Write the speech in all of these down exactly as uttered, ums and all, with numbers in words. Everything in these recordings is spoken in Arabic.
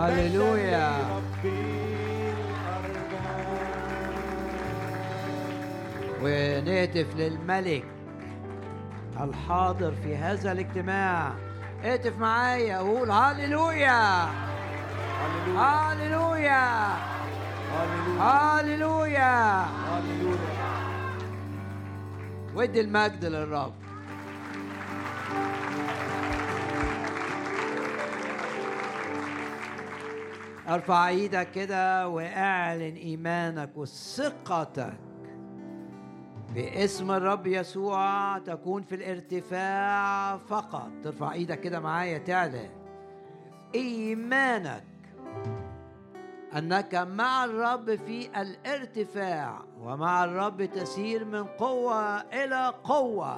هللويا. ونهتف للملك الحاضر في هذا الاجتماع. اهتف معايا قول هللويا هللويا هللويا. ودي المجد للرب. ارفع ايدك كده واعلن ايمانك وثقتك باسم الرب يسوع. تكون في الارتفاع فقط. ترفع ايدك كده معايا تعلن ايمانك انك مع الرب في الارتفاع، ومع الرب تسير من قوة الى قوة،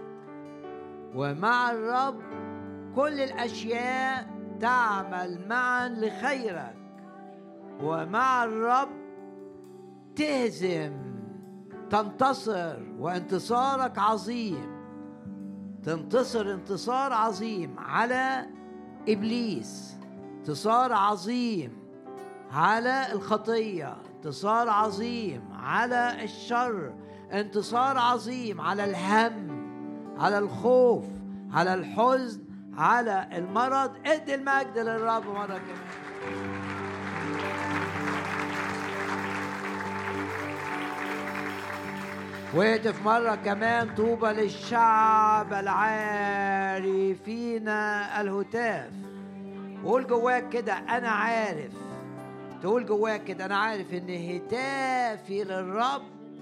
ومع الرب كل الاشياء تعمل معا لخيرك، ومع الرب تهزم تنتصر، وانتصارك عظيم. تنتصر انتصار عظيم على إبليس، انتصار عظيم على الخطية، انتصار عظيم على الشر، انتصار عظيم على الهم، على الخوف، على الحزن، على المرض. ادي المجد للرب مرة كمان. واهتف مرة كمان طوبى للشعب العارفين الهتاف. وقول جواك كده أنا عارف. تقول جواك كده أنا عارف إن هتافي للرب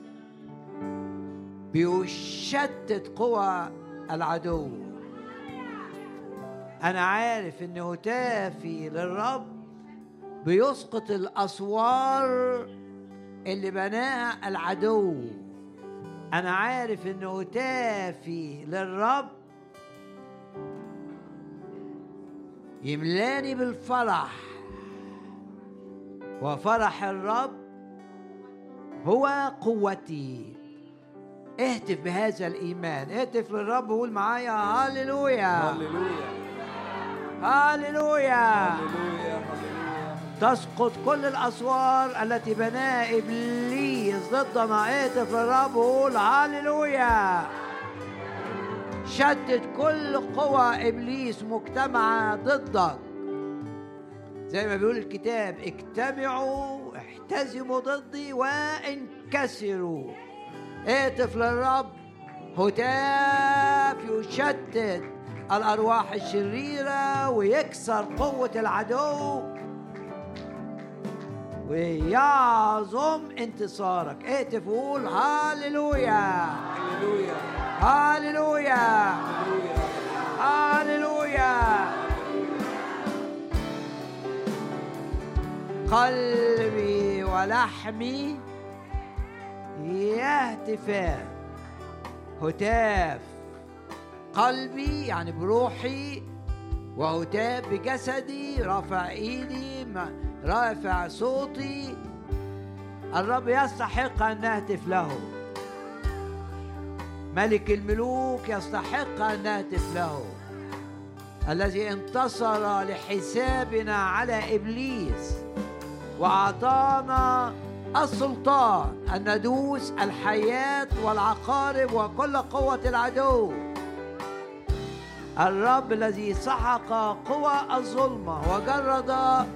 بيشتت قوى العدو. أنا عارف إن هتافي للرب بيسقط الأسوار اللي بناها العدو. أنا عارف إن هتافي للرب يملاني بالفرح، وفرح الرب هو قوتي. اهتف بهذا الإيمان. اهتف للرب وقول معايا هاليلويا هاليلويا هاليلويا. هاليلويا. تسقط كل الأسوار التي بناها إبليس ضدنا. اهتف للرب وقول هاليلويا. شتت كل قوى إبليس مجتمعة ضدك. زي ما بيقول الكتاب اجتمعوا احتزموا ضدي وانكسروا. اهتف للرب. هتاف يشتت الأرواح الشريرة ويكسر قوة العدو ويعظم انتصارك. اهتف وقول هاليلويا هاليلويا هاليلويا هاليلويا. قلبي ولحمي يهتفان. هتاف قلبي يعني بروحي، وهتاف بجسدي، رافع ايدي، رافع صوتي. الرب يستحق ان نهتف له. ملك الملوك يستحق ان نهتف له، الذي انتصر لحسابنا على إبليس وأعطانا السلطان أن ندوس الحياة والعقارب وكل قوة العدو. الرب الذي سحق قوى الظلمة وجرد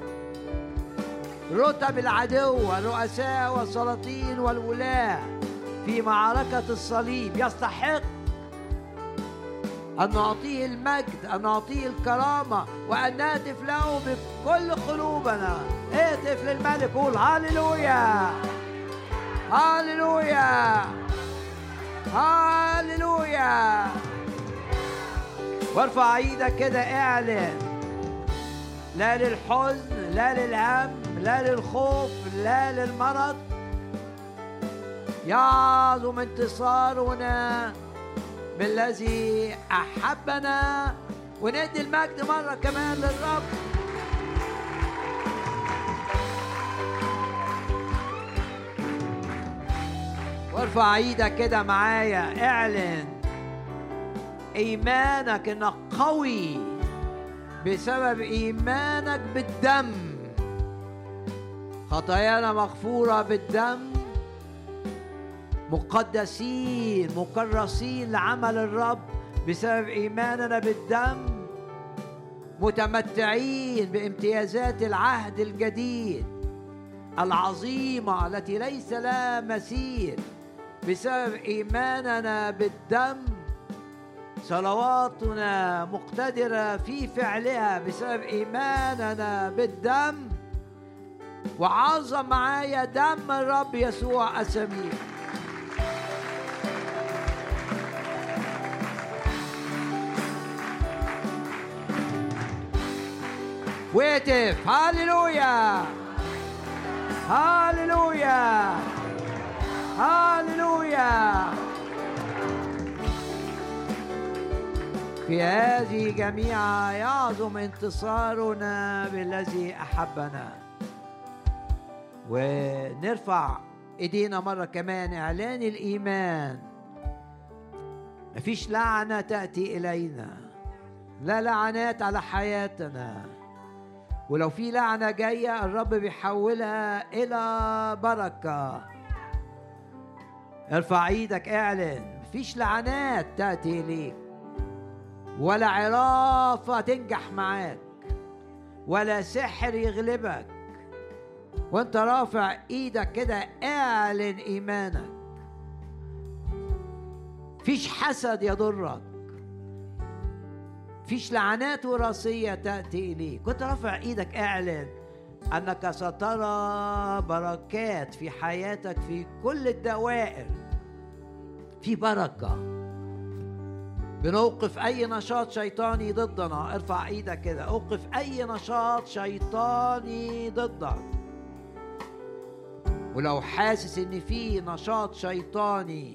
رتب العدو والرؤساء والسلاطين والولاة في معركة الصليب يستحق أن نعطيه المجد، أن نعطيه الكرامة، وأن نهتف له بكل قلوبنا. اهتف للملك قول هاليلويا هاليلويا هاليلويا. وارفع ايدك كده اعلن لا للحزن، لا للهم، لا للخوف، لا للمرض. يعظم انتصارنا بالذي أحبنا. وندي المجد مرة كمان للرب. وارفع ايدك كده معايا اعلن ايمانك انك قوي بسبب ايمانك بالدم. خطايانا مغفورة بالدم، مقدسين مكرسين لعمل الرب بسبب إيماننا بالدم، متمتعين بامتيازات العهد الجديد العظيمة التي ليس لها مثيل بسبب إيماننا بالدم. صلواتنا مقتدرة في فعلها بسبب إيماننا بالدم. وعظم معايا دم الرب يسوع السميع. وقف. هاليلويا هاليلويا هاليلويا. في هذه جميعا يعظم انتصارنا بالذي أحبنا. ونرفع ايدينا مرة كمان، اعلان الإيمان. مفيش لعنة تأتي إلينا، لا لعنات على حياتنا. ولو في لعنة جاية الرب بيحولها إلى بركة. ارفع ايدك، اعلن مفيش لعنات تأتي إليك، ولا عرافة تنجح معاك، ولا سحر يغلبك. وانت رافع ايدك كده اعلن ايمانك. فيش حسد يضرك، فيش لعنات وراثية تأتي إليك. كنت رافع ايدك اعلن أنك سترى بركات في حياتك في كل الدوائر. في بركة. بنوقف أي نشاط شيطاني ضدنا. ارفع ايدك كده، اوقف أي نشاط شيطاني ضدك. ولو حاسس ان في نشاط شيطاني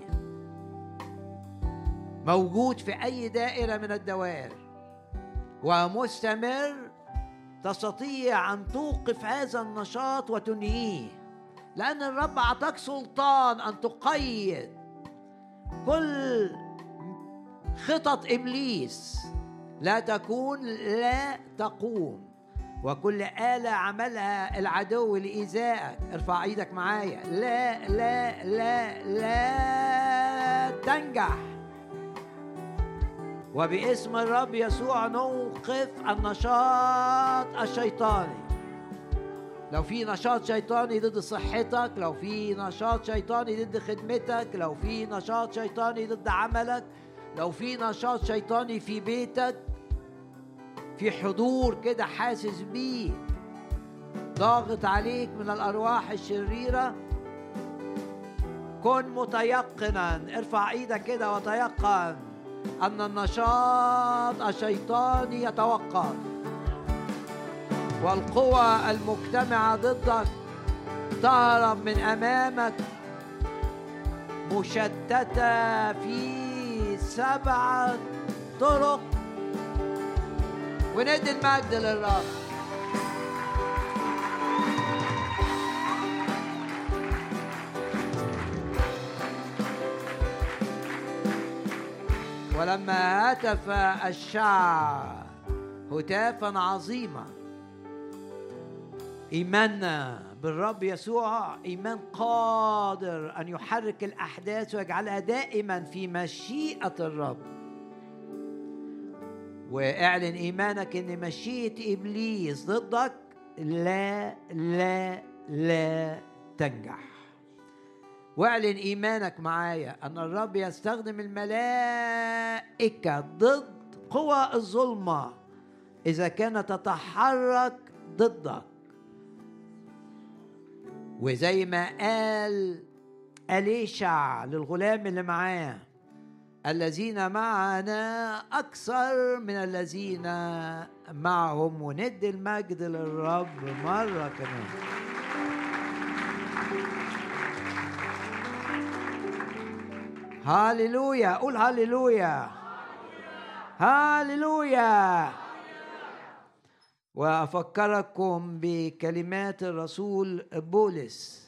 موجود في أي دائرة من الدوائر ومستمر، تستطيع أن توقف هذا النشاط وتنهيه، لأن الرب أعطاك سلطان أن تقيد كل خطط إبليس. لا تكون لا تقوم، وكل آلة عملها العدو لإيذائك. ارفع ايدك معايا. لا لا لا لا تنجح. وباسم الرب يسوع نوقف النشاط الشيطاني. لو في نشاط شيطاني ضد صحتك، لو في نشاط شيطاني ضد خدمتك، لو في نشاط شيطاني ضد عملك، لو في نشاط شيطاني في بيتك، في حضور كده حاسس بيه ضاغط عليك من الأرواح الشريرة، كن متيقنا. ارفع ايدك كده وتيقن أن النشاط الشيطاني يتوقف، والقوى المجتمعة ضدك تهرب من أمامك مشتتة في سبعة طرق. وندي المجد للرب. ولما هتف الشعب هتافا عظيما، إيماننا بالرب يسوع إيمان قادر أن يحرك الأحداث ويجعلها دائما في مشيئة الرب. واعلن إيمانك إن مشيئة إبليس ضدك لا لا لا تنجح. واعلن إيمانك معايا أن الرب يستخدم الملائكة ضد قوى الظلمة إذا كانت تتحرك ضدك. وزي ما قال أليشع للغلام اللي معاه، الذين معنا أكثر من الذين معهم. وندي المجد للرب مرة كمان. هاليلويا. قول هاليلويا هاليلويا. وأفكركم بكلمات الرسول بولس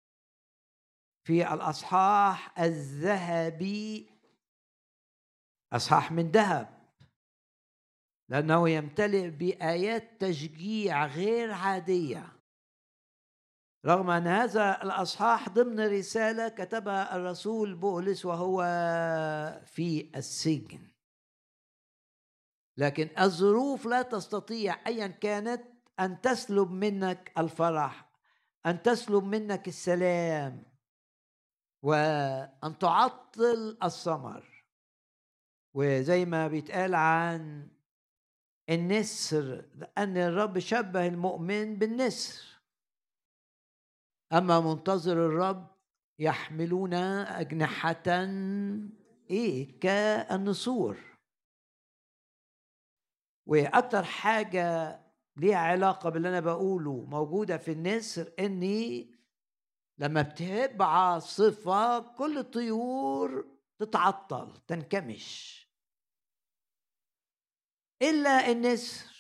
في الأصحاح الذهبي، أصحاح من ذهب، لأنه يمتلئ بآيات تشجيع غير عادية. رغم أن هذا الأصحاح ضمن رسالة كتبها الرسول بولس وهو في السجن، لكن الظروف لا تستطيع أيا كانت أن تسلب منك الفرح، أن تسلب منك السلام، وأن تعطل الثمر. وزي ما بيتقال عن النسر أن الرب شبه المؤمن بالنسر، أما منتظر الرب يحملون أجنحة إيه كالنسور. وأكتر حاجة ليها علاقة باللي أنا بقوله موجودة في النسر، إني لما بتهب عاصفة كل الطيور تتعطل تنكمش إلا النسر.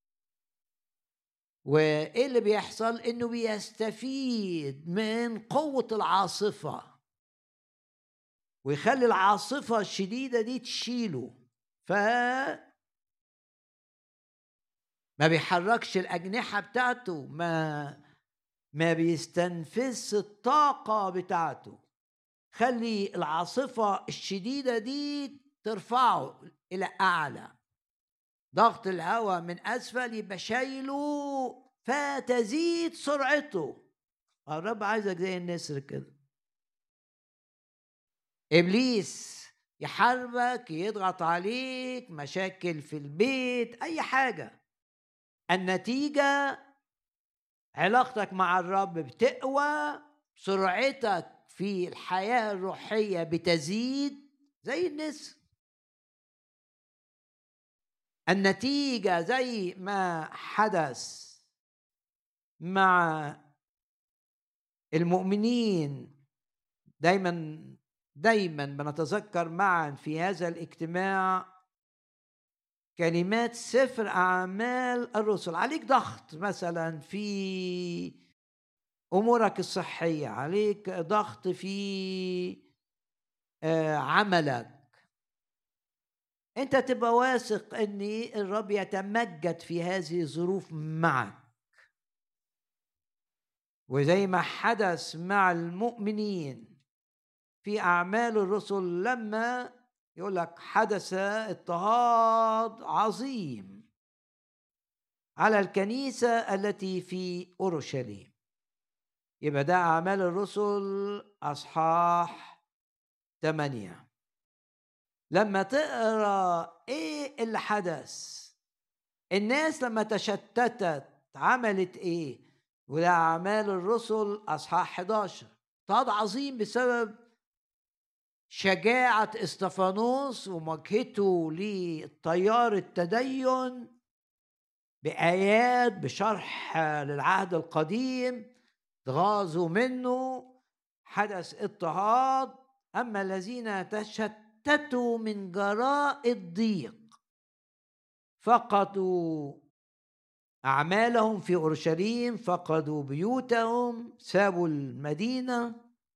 وإيه اللي بيحصل؟ إنه بيستفيد من قوة العاصفة ويخلي العاصفة الشديدة دي تشيله، ف ما بيحركش الأجنحة بتاعته، ما ما بيستنفذش الطاقة بتاعته. خلي العاصفة الشديدة دي ترفعه إلى أعلى، ضغط الهواء من أسفل يبقى شايله فتزيد سرعته. الرب عايزك زي النسر كده. إبليس يحاربك، يضغط عليك، مشاكل في البيت، أي حاجة، النتيجة علاقتك مع الرب بتقوى، سرعتك في الحياة الروحية بتزيد زي النسر. النتيجة زي ما حدث مع المؤمنين. دايما دايما بنتذكر معا في هذا الاجتماع كلمات سفر أعمال الرسل. عليك ضغط مثلا في أمورك الصحية، عليك ضغط في عملك، أنت تبقى واثق أن الرب يتمجد في هذه الظروف معك. وزي ما حدث مع المؤمنين في أعمال الرسل، لما يقول لك حدث اضطهاد عظيم على الكنيسة التي في أورشليم. يبقى ده أعمال الرسل أصحاح ثمانية. لما تقرأ إيه اللي حدث، الناس لما تشتتت عملت إيه، وده أعمال الرسل أصحاح إحدى عشر. اضطهاد عظيم بسبب شجاعة استفانوس ومواجهته للتيار التدين بآيات بشرح للعهد القديم، تغاظوا منه، حدث اضطهاد. أما الذين تشتتوا من جراء الضيق فقدوا أعمالهم في أورشليم، فقدوا بيوتهم، سابوا المدينة.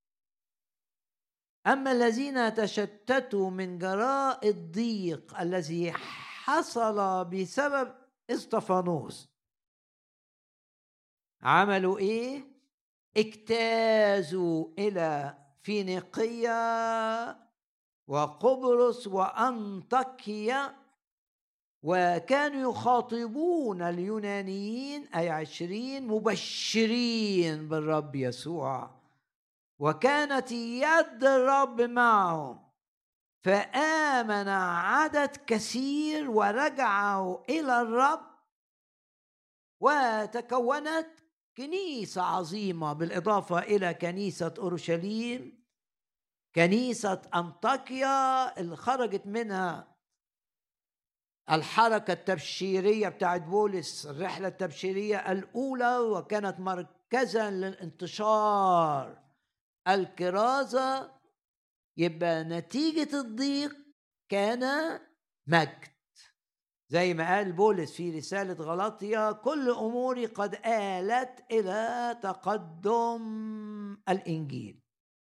أما الذين تشتتوا من جراء الضيق الذي حصل بسبب اسطفانوس عملوا إيه؟ اجتازوا إلى فينيقية وقبرص وأنطاكيا، وكانوا يخاطبون اليونانيين أي عشرين مبشرين بالرب يسوع، وكانت يد الرب معهم، فآمن عدد كثير ورجعوا إلى الرب، وتكونت كنيسة عظيمة بالإضافة إلى كنيسة أورشليم، كنيسة أنطاكيا اللي خرجت منها الحركة التبشيرية بتاعت بولس، الرحلة التبشيرية الأولى، وكانت مركزا للانتشار الكرازة. يبقى نتيجة الضيق كان مجد، زي ما قال بولس في رسالة غلاطيا: كل أموري قد آلت إلى تقدم الإنجيل.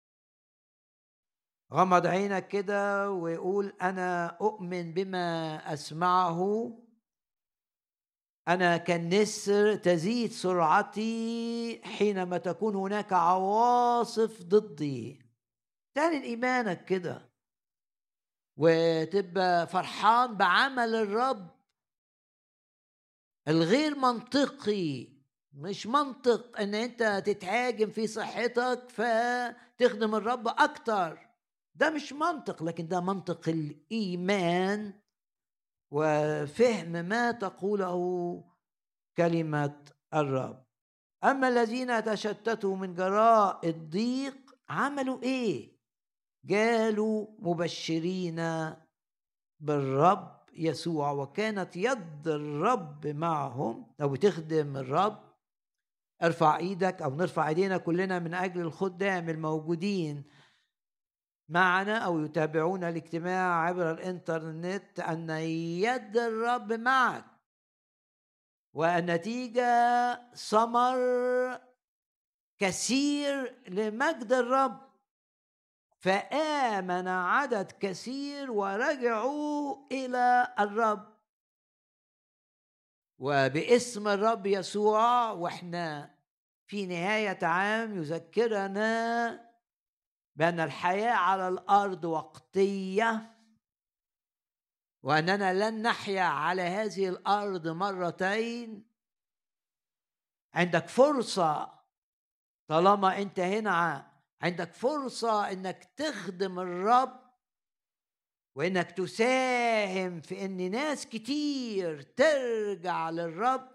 غمض عينك كده ويقول: أنا أؤمن بما أسمعه أنا كالنسر تزيد سرعتي حينما تكون هناك عواصف ضدي. تعلن إيمانك كده وتبقى فرحان بعمل الرب الغير منطقي. مش منطق ان انت تتهاجم في صحتك فتخدم الرب اكتر، ده مش منطق، لكن ده منطق الايمان وفهم ما تقوله كلمة الرب. اما الذين تشتتوا من جراء الضيق عملوا ايه؟ قالوا مبشرين بالرب يسوع، وكانت يد الرب معهم. لو بتخدم الرب ارفع ايدك او نرفع ايدينا كلنا من اجل الخدام الموجودين معنا او يتابعون الاجتماع عبر الانترنت، ان يد الرب معك والنتيجة ثمر كثير لمجد الرب. فآمن عدد كثير ورجعوا إلى الرب وباسم الرب يسوع. واحنا في نهاية عام يذكرنا بأن الحياة على الأرض وقتية، وأننا لن نحيا على هذه الأرض مرتين. عندك فرصة طالما أنت هنا، عندك فرصة أنك تخدم الرب وإنك تساهم في إن ناس كتير ترجع للرب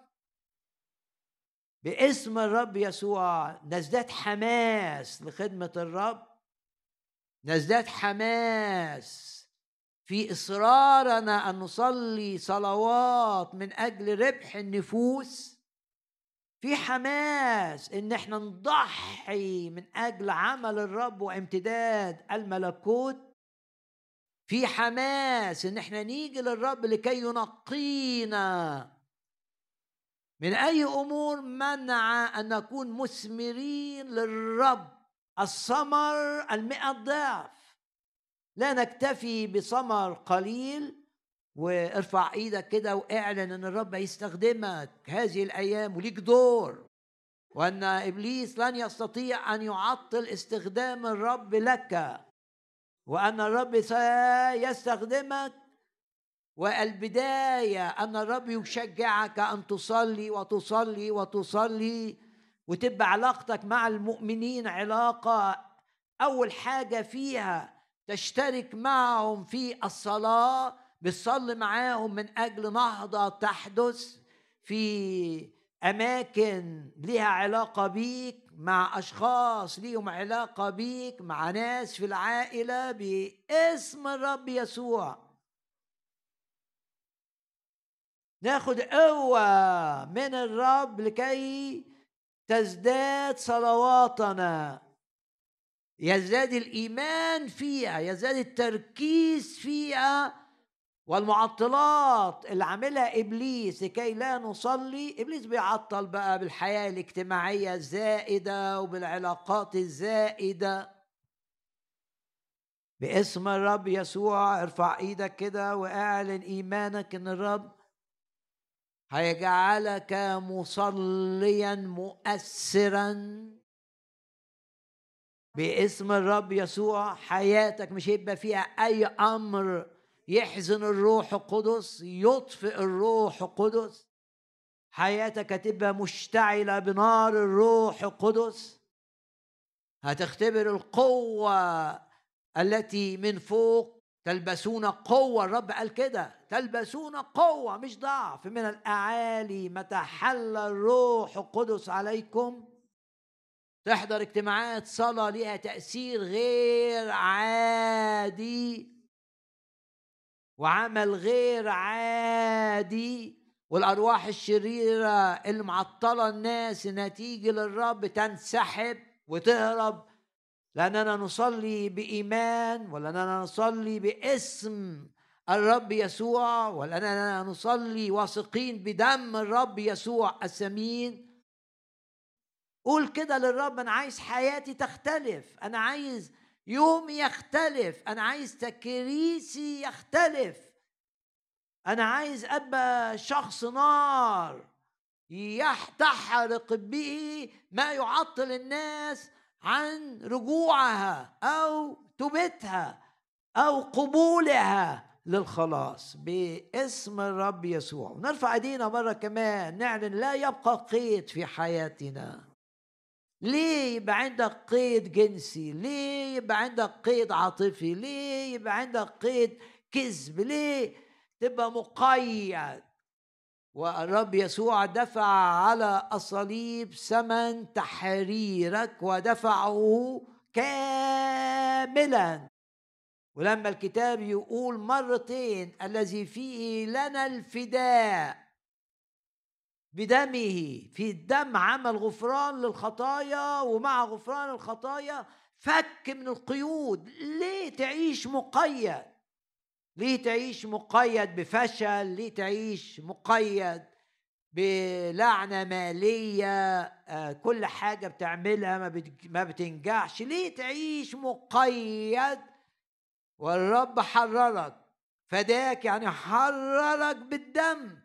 باسم الرب يسوع. نزداد حماس لخدمة الرب، نزداد حماس في إصرارنا أن نصلي صلوات من أجل ربح النفوس، في حماس إن احنا نضحي من أجل عمل الرب وامتداد الملكوت، في حماس إن احنا نيجي للرب لكي ينقينا من أي أمور منع أن نكون مثمرين للرب الثمر المئة ضعف. لا نكتفي بثمر قليل. وارفع ايدك كده واعلن ان الرب يستخدمك هذه الايام وليك دور، وان ابليس لن يستطيع ان يعطل استخدام الرب لك، وان الرب سيستخدمك. والبداية أن الرب يشجعك أن تصلي وتصلي وتصلي، وتبقى علاقتك مع المؤمنين علاقة أول حاجة فيها تشترك معهم في الصلاة، بتصلي معاهم من أجل نهضة تحدث في أماكن لها علاقة بيك، مع أشخاص ليهم علاقة بيك، مع ناس في العائلة، باسم الرب يسوع. ناخد قوة من الرب لكي تزداد صلواتنا، يزداد الإيمان فيها، يزداد التركيز فيها. والمعطلات اللي عاملها إبليس لكي لا نصلي، إبليس بيعطل بقى بالحياة الاجتماعية الزائدة وبالعلاقات الزائدة. باسم الرب يسوع ارفع ايدك كده واعلن إيمانك إن الرب هيجعلك مصليا مؤثرا باسم الرب يسوع. حياتك مش هيبقى فيها أي أمر يحزن الروح القدس، يطفئ الروح القدس. حياتك هتبقى مشتعلة بنار الروح القدس. هتختبر القوة التي من فوق. تلبسون قوة، الرب قال كده، تلبسون قوة مش ضعف، من الأعالي متى حل الروح القدس عليكم. تحضر اجتماعات صلاة لها تأثير غير عادي وعمل غير عادي، والأرواح الشريرة اللي معطلة الناس انها تيجي للرب تنسحب وتهرب، لأننا نصلي بإيمان، ولأننا نصلي باسم الرب يسوع، ولأننا نصلي واثقين بدم الرب يسوع الثمين. قول كده للرب: أنا عايز حياتي تختلف، أنا عايز يومي يختلف، أنا عايز تكريسي يختلف. أنا عايز أبقى شخص نار تحرق به ما يعطل الناس عن رجوعها أو توبتها أو قبولها للخلاص باسم الرب يسوع. ونرفع ايدينا مرة كمان نعلن لا يبقى قيد في حياتنا. ليه يبقى عندك قيد جنسي؟ ليه يبقى عندك قيد عاطفي؟ ليه يبقى عندك قيد كذب؟ ليه تبقى مقيد؟ والرب يسوع دفع على الصليب ثمن تحريرك ودفعه كاملا. ولما الكتاب يقول مرتين الذي فيه لنا الفداء بدمه، في الدم عمل غفران للخطايا، ومع غفران الخطايا فك من القيود. ليه تعيش مقيد؟ ليه تعيش مقيد بفشل؟ ليه تعيش مقيد بلعنة مالية؟ آه كل حاجة بتعملها ما بتنجحش. ليه تعيش مقيد والرب حررك؟ فداك يعني حررك بالدم.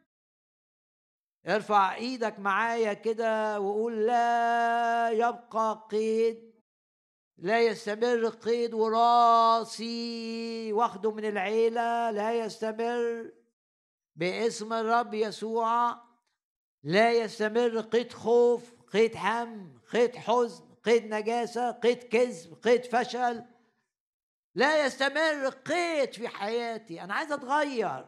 ارفع ايدك معايا كده وقول لا يبقى قيد، لا يستمر قيد وراثي واخده من العيلة، لا يستمر باسم الرب يسوع. لا يستمر قيد خوف، قيد هم، قيد حزن، قيد نجاسة، قيد كذب، قيد فشل. لا يستمر قيد في حياتي. أنا عايز أتغير.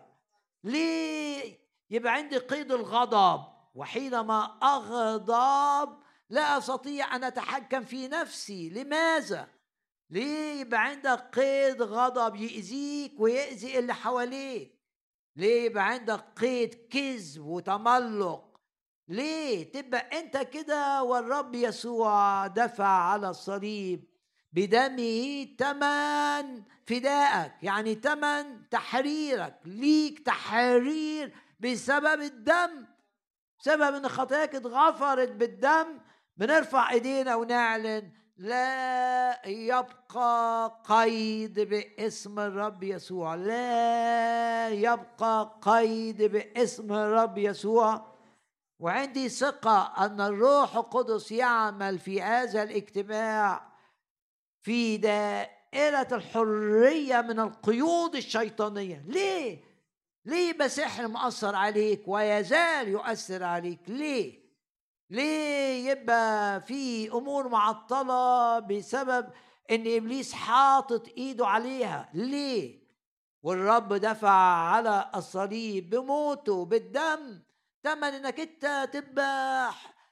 ليه يبقى عندي قيد الغضب؟ وحينما أغضب لا أستطيع أن أتحكم في نفسي. لماذا؟ ليه يبقى عندك قيد غضب يأذيك ويأذي اللي حواليك؟ ليه يبقى عندك قيد كذب وتملق؟ ليه تبقى أنت كده والرب يسوع دفع على الصليب بدمه تمن فدائك، يعني تمن تحريرك. ليك تحرير بسبب الدم، بسبب ان خطاياك اتغفرت بالدم. بنرفع ايدينا ونعلن لا يبقى قيد باسم الرب يسوع. لا يبقى قيد باسم الرب يسوع. وعندي ثقة أن الروح القدس يعمل في هذا الاجتماع في دائرة الحرية من القيود الشيطانية. ليه؟ ليه بسحر مؤثر عليك ويزال يؤثر عليك؟ ليه؟ ليه يبقى في أمور معطلة بسبب إن إبليس حاطط إيده عليها؟ ليه؟ والرب دفع على الصليب بموته بالدم تمن إنك أنت تبقى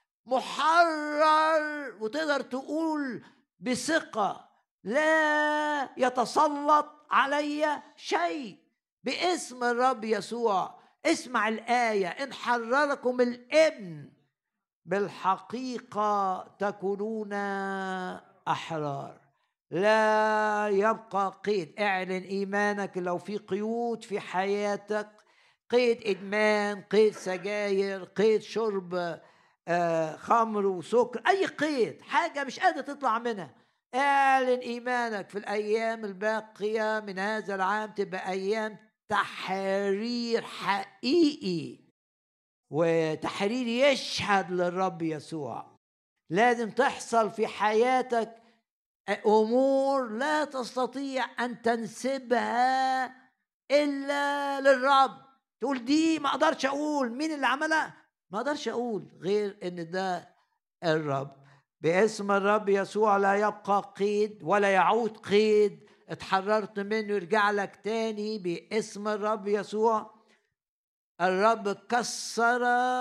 محرر، وتقدر تقول بثقة لا يتسلط علي شيء باسم الرب يسوع. اسمع الآية: إن حرركم الابن بالحقيقة تكونون أحرار. لا يبقى قيد. اعلن إيمانك. لو في قيود في حياتك، قيد إدمان، قيد سجاير، قيد شرب آه خمر وسكر، أي قيد، حاجة مش قادر تطلع منها، اعلن إيمانك. في الأيام الباقية من هذا العام تبقى أيام تحرير حقيقي، وتحرير يشهد للرب يسوع. لازم تحصل في حياتك أمور لا تستطيع أن تنسبها إلا للرب. تقول دي ما أقدرش أقول مين اللي عملها، ما أقدرش أقول غير إن ده الرب. باسم الرب يسوع لا يبقى قيد ولا يعود قيد اتحررت منه يرجع لك تاني باسم الرب يسوع. الرب كسر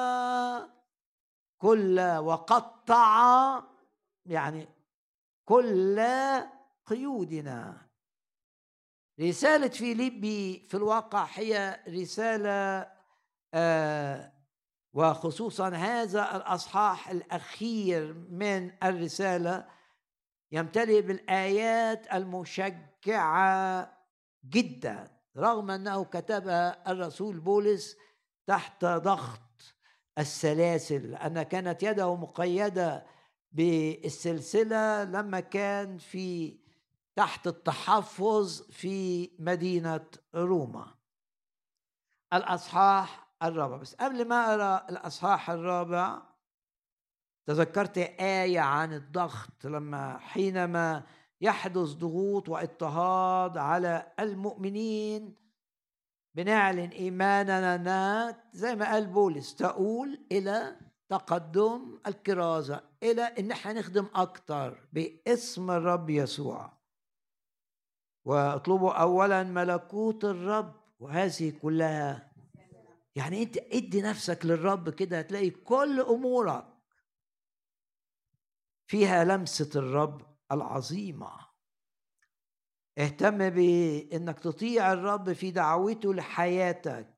كل وقطع يعني كل قيودنا. رسالة فيليبي في الواقع هي رسالة آه وخصوصا هذا الأصحاح الأخير من الرسالة يمتلئ بالآيات المشجعة جدا، رغم أنه كتبها الرسول بولس تحت ضغط السلاسل، لأن كانت يده مقيدة بالسلسلة لما كان في تحت التحفظ في مدينة روما. الأصحاح الرابع. بس قبل ما أقرأ الأصحاح الرابع تذكرت آية عن الضغط، لما حينما يحدث ضغوط واضطهاد على المؤمنين بنعلن إيماننا زي ما قال بولس، تقول إلى تقدم الكرازة، إلى إن احنا نخدم أكتر باسم الرب يسوع. واطلبوا أولا ملكوت الرب وهذه كلها. يعني أنت ادي نفسك للرب كده، هتلاقي كل أمورك فيها لمسة الرب العظيمة. اهتم بأنك تطيع الرب في دعوته لحياتك.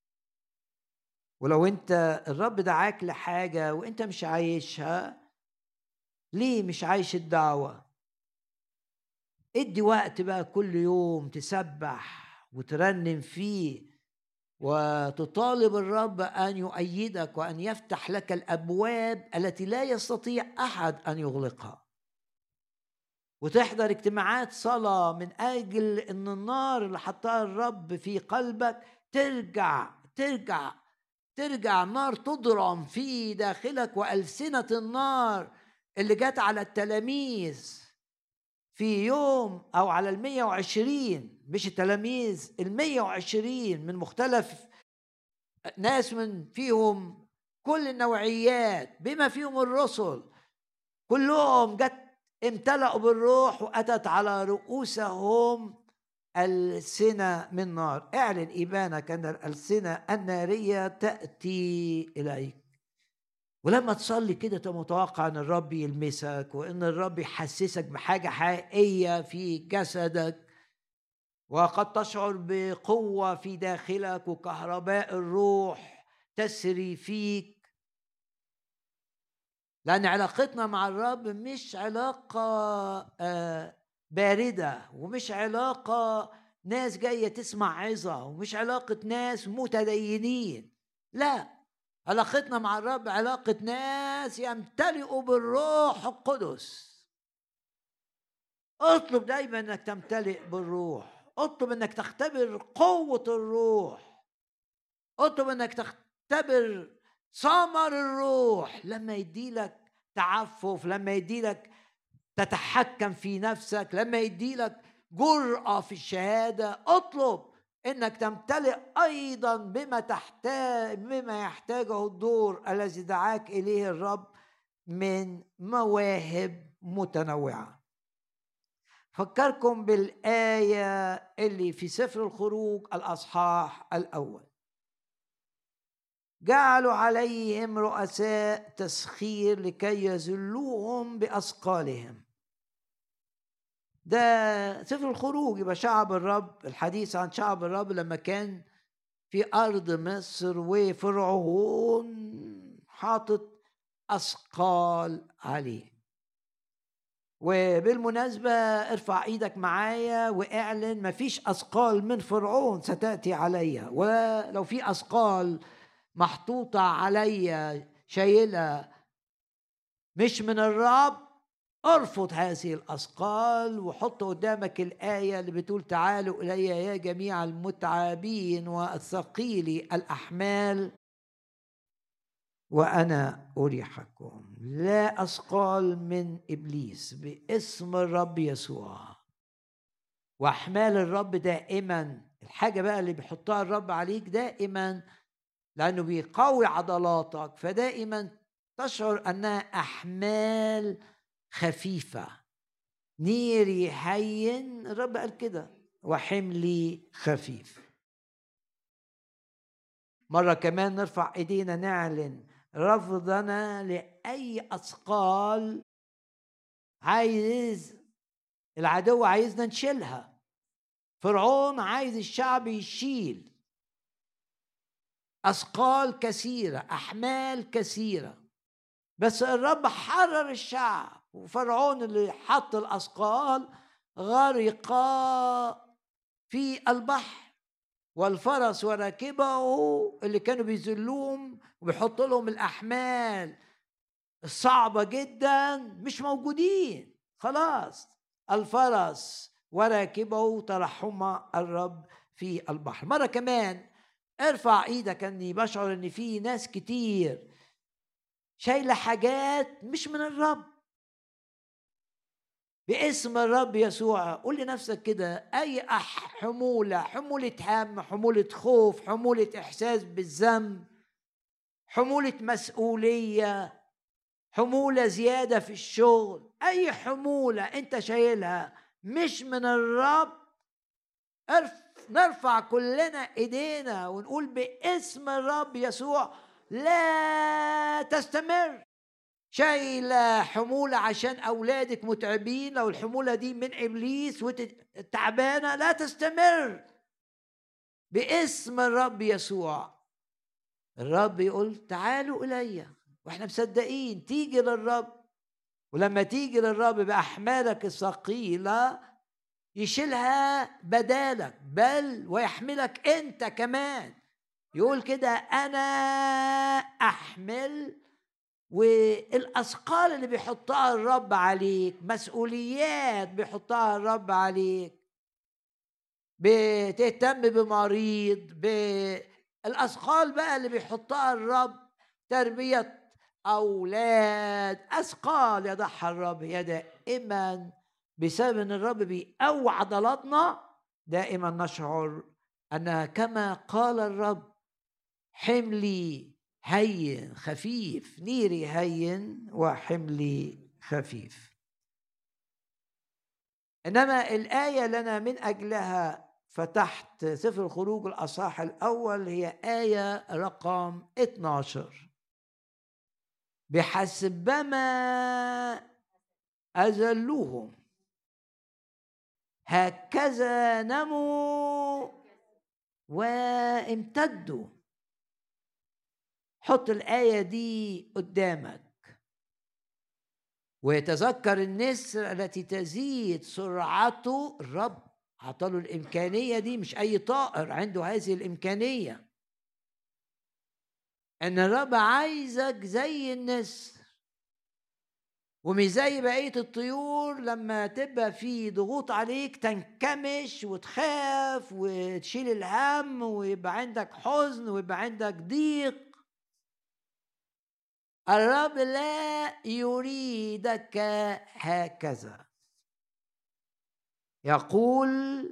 ولو انت الرب دعاك لحاجة وانت مش عايشها، ليه مش عايش الدعوة؟ ادي وقت بقى كل يوم تسبح وترنم فيه وتطالب الرب أن يؤيدك وأن يفتح لك الأبواب التي لا يستطيع أحد أن يغلقها، وتحضر اجتماعات صلاة من أجل أن النار اللي حطها الرب في قلبك ترجع ترجع ترجع نار تضرم في داخلك. وألسنة النار اللي جت على التلاميذ في يوم أو على المية وعشرين، مش التلاميذ، المية وعشرين من مختلف ناس، من فيهم كل النوعيات بما فيهم الرسل، كلهم جت امتلأوا بالروح وأتت على رؤوسهم ألسنة من نار. اعلن إيمانك أن الألسنة النارية تأتي إليك. ولما تصلي كده تبقى متوقع أن الرب يلمسك وأن الرب يحسسك بحاجة حقيقية في جسدك، وقد تشعر بقوة في داخلك وكهرباء الروح تسري فيك. لأن علاقتنا مع الرب مش علاقة باردة، ومش علاقة ناس جاية تسمع عظة، ومش علاقة ناس متدينين. لا، علاقتنا مع الرب علاقة ناس يمتلئوا بالروح القدس. اطلب دايما انك تمتلئ بالروح، اطلب انك تختبر قوة الروح، اطلب انك تختبر ثمر الروح لما يديلك تعفف، لما يديلك تتحكم في نفسك، لما يديلك جرأة في الشهادة. اطلب انك تمتلئ ايضا بما تحتاج بما يحتاجه الدور الذي دعاك اليه الرب من مواهب متنوعة. فكركم بالآية اللي في سفر الخروج الأصحاح الأول: جعلوا عليهم رؤساء تسخير لكي يذلوهم بأثقالهم. ده سفر الخروج، يبقى شعب الرب، الحديث عن شعب الرب لما كان في أرض مصر وفرعون حاطط أثقال عليه. وبالمناسبة ارفع ايدك معايا واعلن: مفيش أثقال من فرعون ستأتي عليا. ولو في أثقال محطوطة عليا شايلة مش من الرب، ارفض هذه الأثقال وحط قدامك الآية اللي بتقول: تعالوا إلي يا جميع المتعبين والثقيلي الأحمال وأنا أريحكم. لا أثقال من إبليس باسم الرب يسوع. وأحمال الرب دائما، الحاجة بقى اللي بيحطها الرب عليك دائما لأنه بيقوي عضلاتك، فدائما تشعر أنها أحمال خفيفة. نيري هين، الرب قال كده، وحملي خفيف. مرة كمان نرفع ايدينا نعلن رفضنا لأي أثقال عايز العدو عايزنا نشيلها. فرعون عايز الشعب يشيل أثقال كثيرة، أحمال كثيرة، بس الرب حرر الشعب. وفرعون اللي حط الأثقال غرق في البحر، والفرس وراكبه اللي كانوا بيذلوهم وبيحط لهم الأحمال الصعبة جدا مش موجودين. خلاص، الفرس وراكبه ترحم الرب في البحر. مرة كمان ارفع ايدك. اني بشعر ان في ناس كتير شايله حاجات مش من الرب. باسم الرب يسوع قول لنفسك كده: اي حموله، حموله هم، حموله خوف، حموله احساس بالذنب، حموله مسؤوليه، حموله زياده في الشغل، اي حموله انت شايلها مش من الرب، نرفع كلنا ايدينا ونقول باسم الرب يسوع لا تستمر. شايله حموله عشان اولادك متعبين، لو الحموله دي من ابليس وتعبانه لا تستمر باسم الرب يسوع. الرب يقول تعالوا الي، واحنا مصدقين تيجي للرب. ولما تيجي للرب باحمالك الثقيله يشيلها بدالك، بل ويحملك انت كمان. يقول كده: انا احمل. والأثقال اللي بيحطها الرب عليك، مسؤوليات بيحطها الرب عليك، بتهتم بمريض، بالأثقال بقى اللي بيحطها الرب، تربية أولاد، أثقال يضعها الرب. يا دائما بسبب أن الرب بيقوي عضلاتنا دائما نشعر أنها كما قال الرب: حملي هين خفيف، نيري هين وحملي خفيف. إنما الآية لنا من أجلها فتحت سفر الخروج الأصحاح الأول هي آية رقم اتناشر: بحسبما أذلوهم هكذا نموا وامتدوا. حط الآية دي قدامك ويتذكر النسر التي تزيد سرعته. الرب عطاله الإمكانية دي، مش أي طائر عنده هذه الإمكانية. إن الرب عايزك زي النسر ومش زي بقية الطيور، لما تبقى في ضغوط عليك تنكمش وتخاف وتشيل الهم ويبقى عندك حزن ويبقى عندك ضيق. الرب لا يريدك هكذا. يقول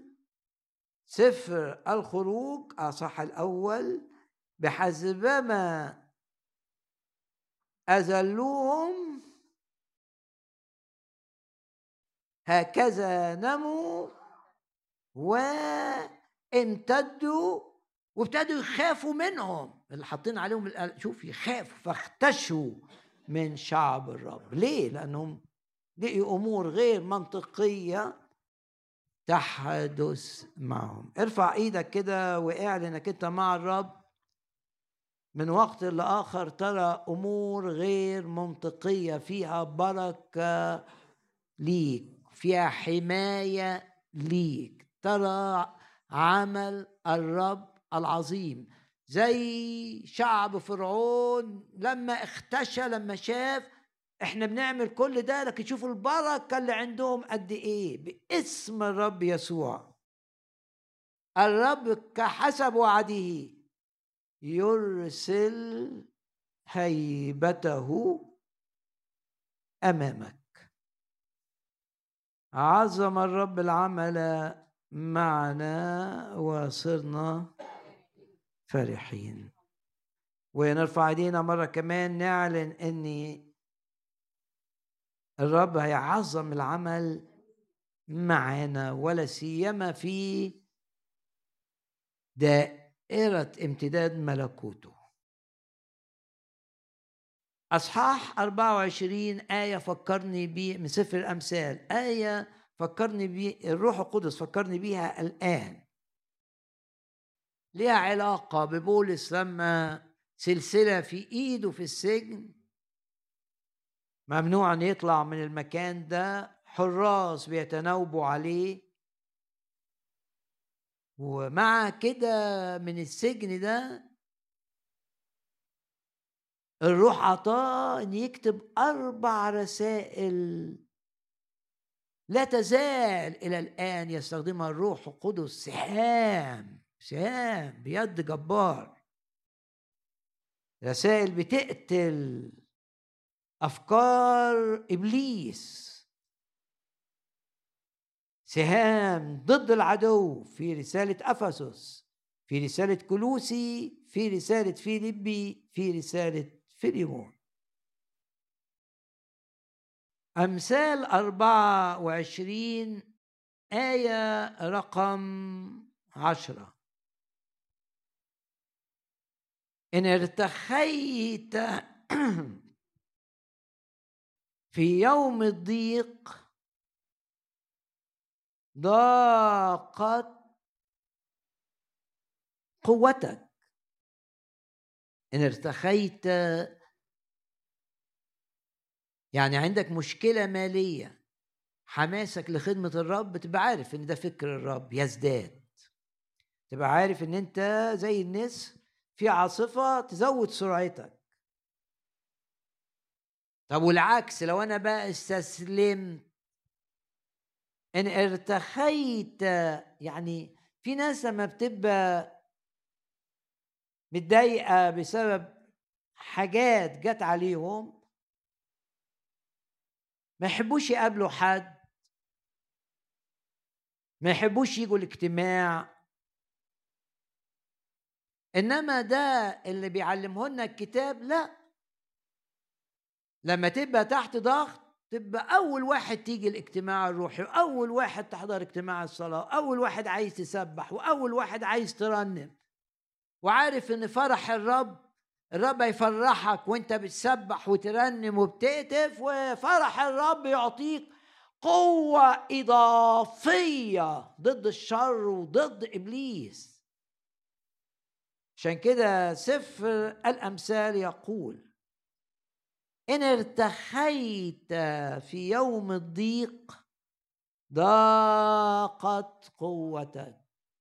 سفر الخروج أصح الأول: بحسبما أذلوهم هكذا نموا وامتدوا. وابتدوا يخافوا منهم اللي حاطين عليهم. شوف، يخافوا فاختشوا من شعب الرب. ليه؟ لأنهم لقوا أمور غير منطقية تحدث معهم. ارفع ايدك كده واعلن انك انت مع الرب. من وقت لآخر ترى أمور غير منطقية فيها بركة ليك، فيها حماية ليك. ترى عمل الرب العظيم زي شعب فرعون لما اختشى، لما شاف احنا بنعمل كل ده لكن شوفوا البركة اللي عندهم قد ايه. باسم الرب يسوع الرب كحسب وعده يرسل هيبته أمامك. عظم الرب العمل معنا وصرنا فرحين. ونرفع ايدينا مرة كمان نعلن ان الرب هيعظم العمل معنا، ولا سيما في دائرة امتداد ملكوته. أصحاح أربعة وعشرين آية فكرني بي من سفر الأمثال، آية فكرني بي الروح القدس فكرني بيها الآن. ليها علاقة ببولس لما سلسلة في إيده في السجن، ممنوع أن يطلع من المكان ده، حراس بيتناوبوا عليه، ومع كده من السجن ده الروح عطاه أن يكتب أربع رسائل لا تزال إلى الآن يستخدمها الروح القدس، سهام سهام بيد جبار، رسائل بتقتل أفكار إبليس، سهام ضد العدو في رسالة أفسس، في رسالة كلوسي، في رسالة فيليبي، في رسالة فيليمون. أمثال أربعة وعشرين آية رقم عشرة: إن ارتخيت في يوم الضيق ضاقت قوتك. إن ارتخيت يعني عندك مشكلة مالية، حماسك لخدمة الرب تبقى عارف إن ده فكر الرب يزداد، تبقى عارف إن أنت زي الناس في عاصفة تزود سرعتك. طب والعكس، لو أنا بقى استسلمت، إن ارتخيت يعني في ناس لما بتبقى متضايقة بسبب حاجات جت عليهم ما يحبوش يقابلوا حد، ما يحبوش يجوا الاجتماع. إنما ده اللي بيعلمه لنا الكتاب، لا، لما تبقى تحت ضغط تبقى أول واحد تيجي الاجتماع الروحي، وأول واحد تحضر اجتماع الصلاة، أول واحد عايز تسبح، وأول واحد عايز ترنم، وعارف إن فرح الرب الرب يفرحك وانت بتسبح وترنم وبتهتف، وفرح الرب يعطيك قوة إضافية ضد الشر وضد إبليس. عشان كده سفر الأمثال يقول: إن ارتخيت في يوم الضيق ضاقت قوتك.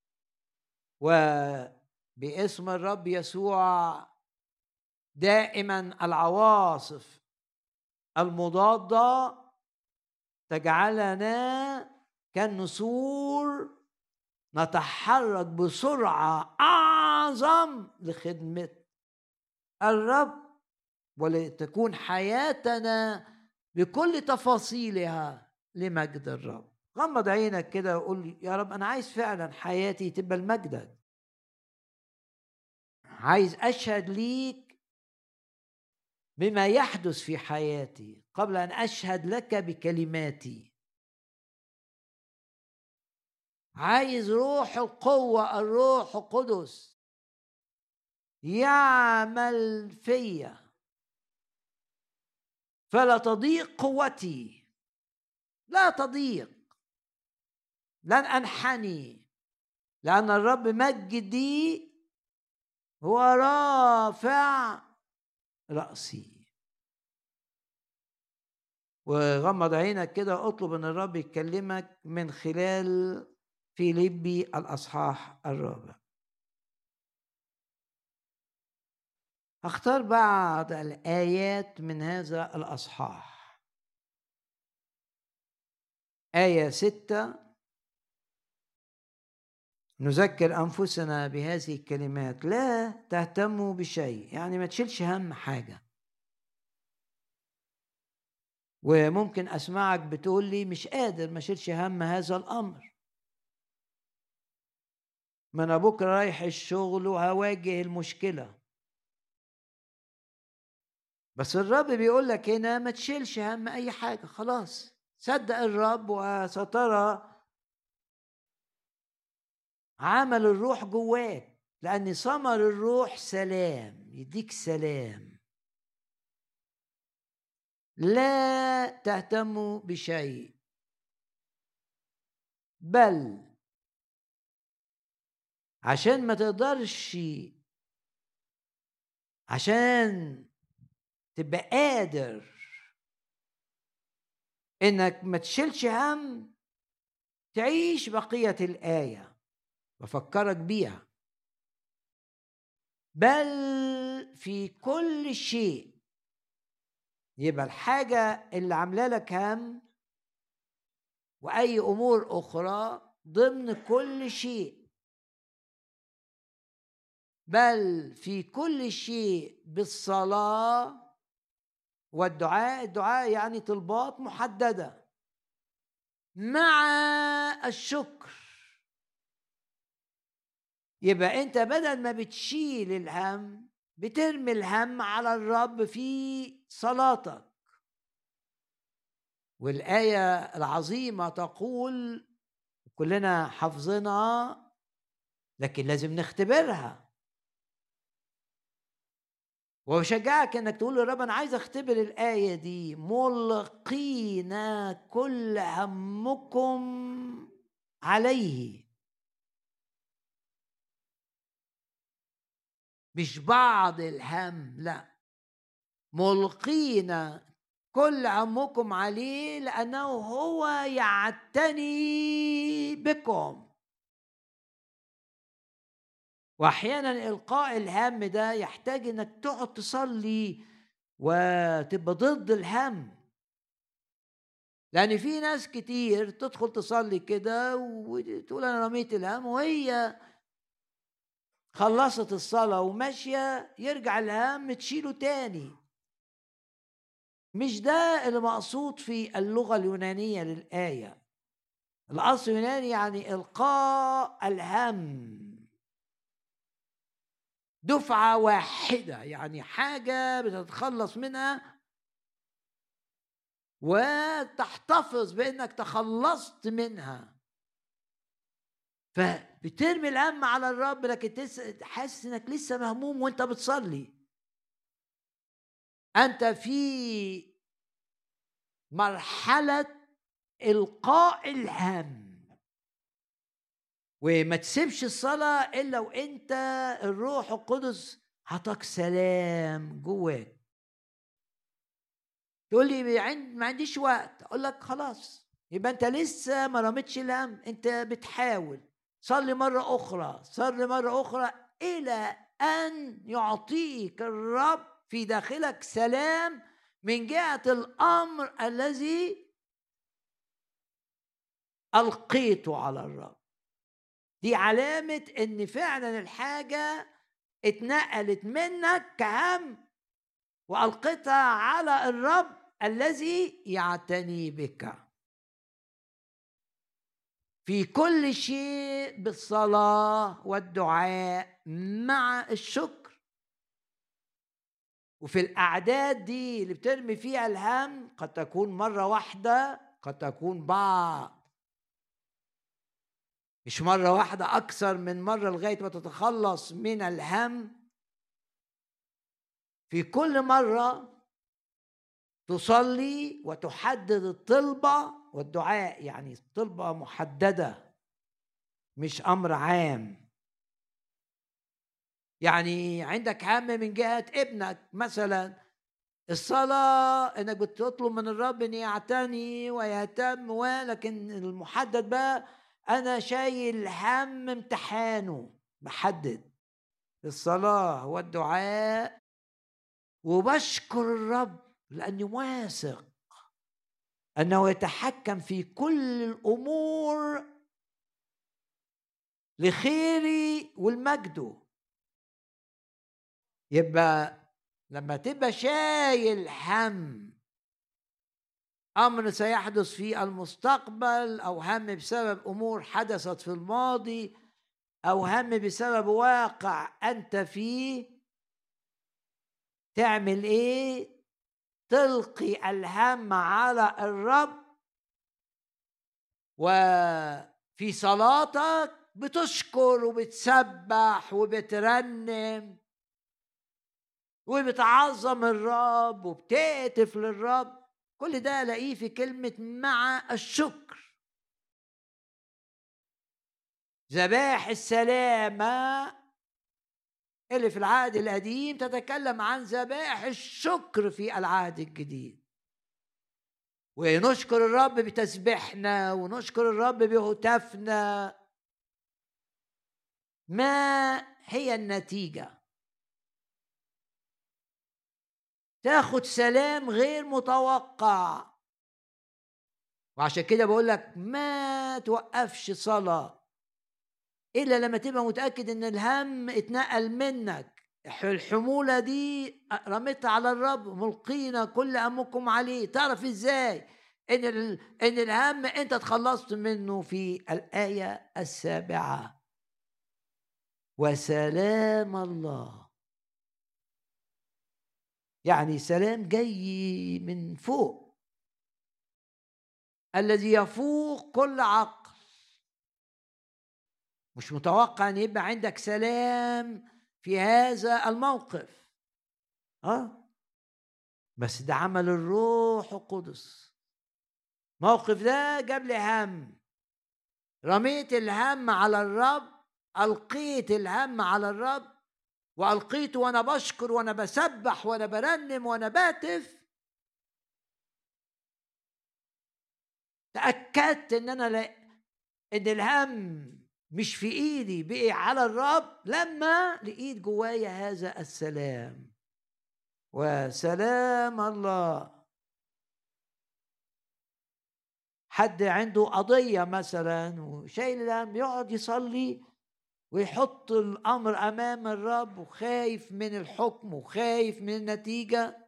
وباسم الرب يسوع دائما العواصف المضادة تجعلنا كالنسور نتحرك بسرعة أعظم لخدمة الرب، ولتكون حياتنا بكل تفاصيلها لمجد الرب. غمض عينك كده وقول: يا رب أنا عايز فعلا حياتي تبقى لمجدك، عايز أشهد ليك بما يحدث في حياتي قبل أن أشهد لك بكلماتي. عايز روح القوة الروح القدس يعمل فيا فلا تضيق قوتي، لا تضيق، لن أنحني، لأن الرب مجدي هو رافع رأسي. وغمض عينك كده، اطلب ان الرب يكلمك من خلال فيليبي الأصحاح الرابع. اختار بعض الآيات من هذا الأصحاح. آية ستة: نذكر أنفسنا بهذه الكلمات: لا تهتموا بشيء، يعني ما تشيلش هم حاجة. وممكن أسمعك بتقول لي: مش قادر ما شيلش هم هذا الأمر، ما أنا بكرة رايح الشغل وهواجه المشكلة. بس الرب بيقول لك هنا ما تشيلش هم أي حاجة، خلاص صدق الرب وسترى عمل الروح جواك، لأن ثمر الروح سلام، يديك سلام. لا تهتموا بشيء، بل عشان ما تقدرش، عشان تبقى قادر انك ما تشيلش هم، تعيش بقية الآية بفكرك بيها. بل في كل شيء، يبقى الحاجة اللي عامله لك هم وأي أمور أخرى ضمن كل شيء بل في كل شيء بالصلاة والدعاء. الدعاء يعني طلبات محددة مع الشكر. يبقى انت بدل ما بتشيل الهم بترمي الهم على الرب في صلاتك. والآية العظيمة تقول كلنا حافظينها لكن لازم نختبرها. وبشجعك انك تقول للرب انا عايز اختبر الآية دي: ملقين كل همكم عليه. مش بعض الهم، لا، ملقين كل همكم عليه لأنه هو يعتني بكم. وأحيانا إلقاء الهم ده يحتاج إنك تقعد تصلي وتبقى ضد الهم، لأن في ناس كتير تدخل تصلي كده وتقول أنا رميت الهم، وهي خلصت الصلاة وماشية يرجع الهم تشيله تاني. مش ده اللي مقصود في اللغة اليونانية للآية. الأصل اليوناني يعني إلقاء الهم دفعة واحدة، يعني حاجة بتتخلص منها وتحتفظ بأنك تخلصت منها. فبترمي الهم على الرب لكن حاسس انك لسه مهموم وانت بتصلي. انت في مرحلة إلقاء الهم، وما تسيبش الصلاة إلا وإنت الروح القدس عطاك سلام جواك. تقول لي ما عنديش وقت، أقول لك خلاص، يبقى أنت لسه ما رميتش الهم، أنت بتحاول. صلي مرة أخرى، صلي مرة أخرى إلى أن يعطيك الرب في داخلك سلام من جهة الأمر الذي ألقيته على الرب. دي علامة ان فعلا الحاجة اتنقلت منك كهم وألقيتها على الرب الذي يعتني بك. في كل شيء بالصلاة والدعاء مع الشكر. وفي الأعداد دي اللي بترمي فيها الهم قد تكون مرة واحدة، قد تكون بعض، مش مرة واحدة، أكثر من مرة لغاية ما تتخلص من الهم. في كل مرة تصلي وتحدد الطلبة والدعاء، يعني طلبة محددة مش أمر عام. يعني عندك هم من جهة ابنك مثلا، الصلاة انك بتطلب من الرب ان يعتني ويهتم، ولكن المحدد بقى انا شايل هم امتحانه، محدد الصلاة والدعاء، وبشكر الرب لاني واثق انه يتحكم في كل الامور لخيري والمجد. يبقى لما تبقى شايل هم أمر سيحدث في المستقبل، أو هم بسبب أمور حدثت في الماضي، أو هم بسبب واقع أنت فيه، تعمل إيه؟ تلقي الهم على الرب، وفي صلاتك بتشكر وبتسبح وبترنم وبتعظم الرب وبتهتف للرب. كل ده الاقيه في كلمة مع الشكر. ذبائح السلامة اللي في العهد القديم تتكلم عن ذبائح الشكر في العهد الجديد. ونشكر الرب بتسبيحنا ونشكر الرب بهتافنا. ما هي النتيجة؟ تاخد سلام غير متوقع. وعشان كده بقول لك ما توقفش صلاة إلا لما تبقى متأكد إن الهم اتنقل منك. الحمولة دي رميتها على الرب، ملقينا كل همكم عليه. تعرف إزاي إن إن الهم أنت تخلصت منه؟ في الآية السابعة: وسلام الله، يعني سلام جاي من فوق، الذي يفوق كل عقل. مش متوقع ان يبقى عندك سلام في هذا الموقف، اه بس ده عمل الروح القدس. موقف ده جاب لي هم، رميت الهم على الرب، ألقيت الهم على الرب، وألقيته وأنا بشكر وأنا بسبح وأنا برنم وأنا باتف. تأكدت إن أنا لا إن الهم مش في إيدي، بقي على الرب لما لقيت جوايا هذا السلام. وسلام الله. حد عنده قضية مثلا وشايل الهم، يقعد يصلي ويحط الأمر أمام الرب، وخايف من الحكم وخايف من النتيجة،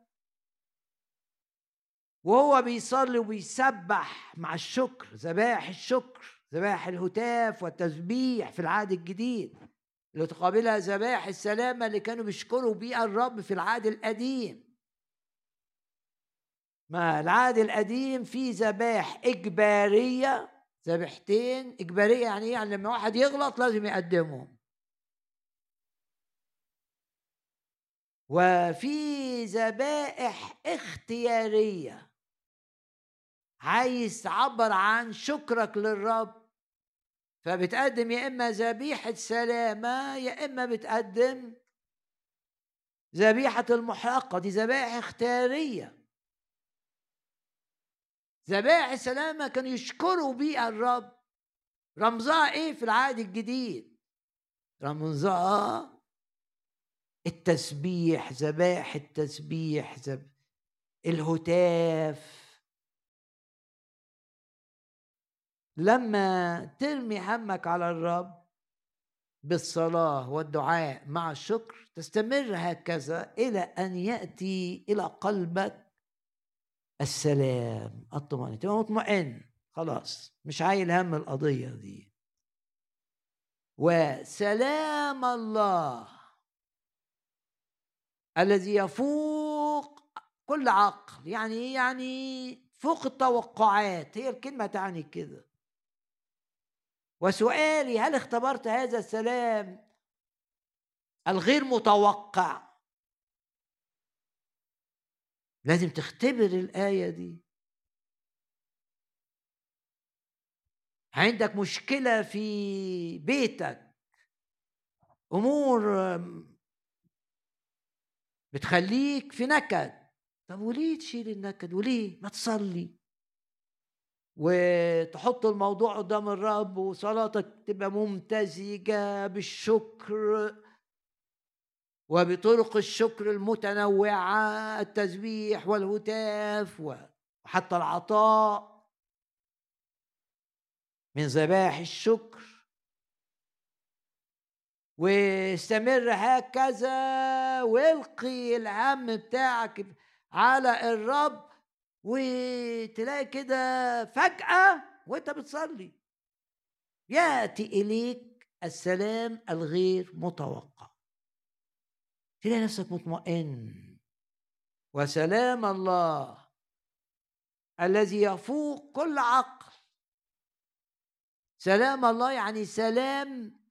وهو بيصلي وبيسبح مع الشكر، ذبائح الشكر، ذبائح الهتاف والتسبيح في العهد الجديد اللي تقابلها ذبائح السلامة اللي كانوا بيشكروا بيها الرب في العهد القديم. ما العهد القديم فيه ذبائح إجبارية، ذبيحتين إجبارية. يعني إيه؟ يعني لما واحد يغلط لازم يقدمهم. وفي ذبائح اختيارية، عايز تعبر عن شكرك للرب، فبتقدم يا إما ذبيحة سلامة يا إما بتقدم ذبيحة المحرقة. دي ذبائح اختيارية. ذبائح السلامة كانوا يشكروا بيها الرب. رمزها إيه في العهد الجديد؟ رمزها التسبيح، ذبائح التسبيح، زب... الهتاف. لما ترمي همك على الرب بالصلاة والدعاء مع الشكر، تستمر هكذا إلى أن يأتي إلى قلبك السلام، الطمأنينة، تبقى مطمئن خلاص، مش عايل هم القضية دي. وسلام الله الذي يفوق كل عقل، يعني يعني فوق التوقعات، هي الكلمة تعني كده. وسؤالي: هل اختبرت هذا السلام الغير متوقع؟ لازم تختبر الآية دي. عندك مشكلة في بيتك، أمور بتخليك في نكد، طب وليه تشيل النكد؟ وليه ما تصلي وتحط الموضوع قدام الرب، وصلاتك تبقى ممتزجة بالشكر وبطرق الشكر المتنوعة، التسبيح والهتاف وحتى العطاء من ذبائح الشكر. واستمر هكذا، والقي الهم بتاعك على الرب، وتلاقي كده فجأة وانت بتصلي يأتي إليك السلام الغير متوقع، تلاقي نفسك مطمئن. وسلام الله الذي يفوق كل عقل. سلام الله يعني سلام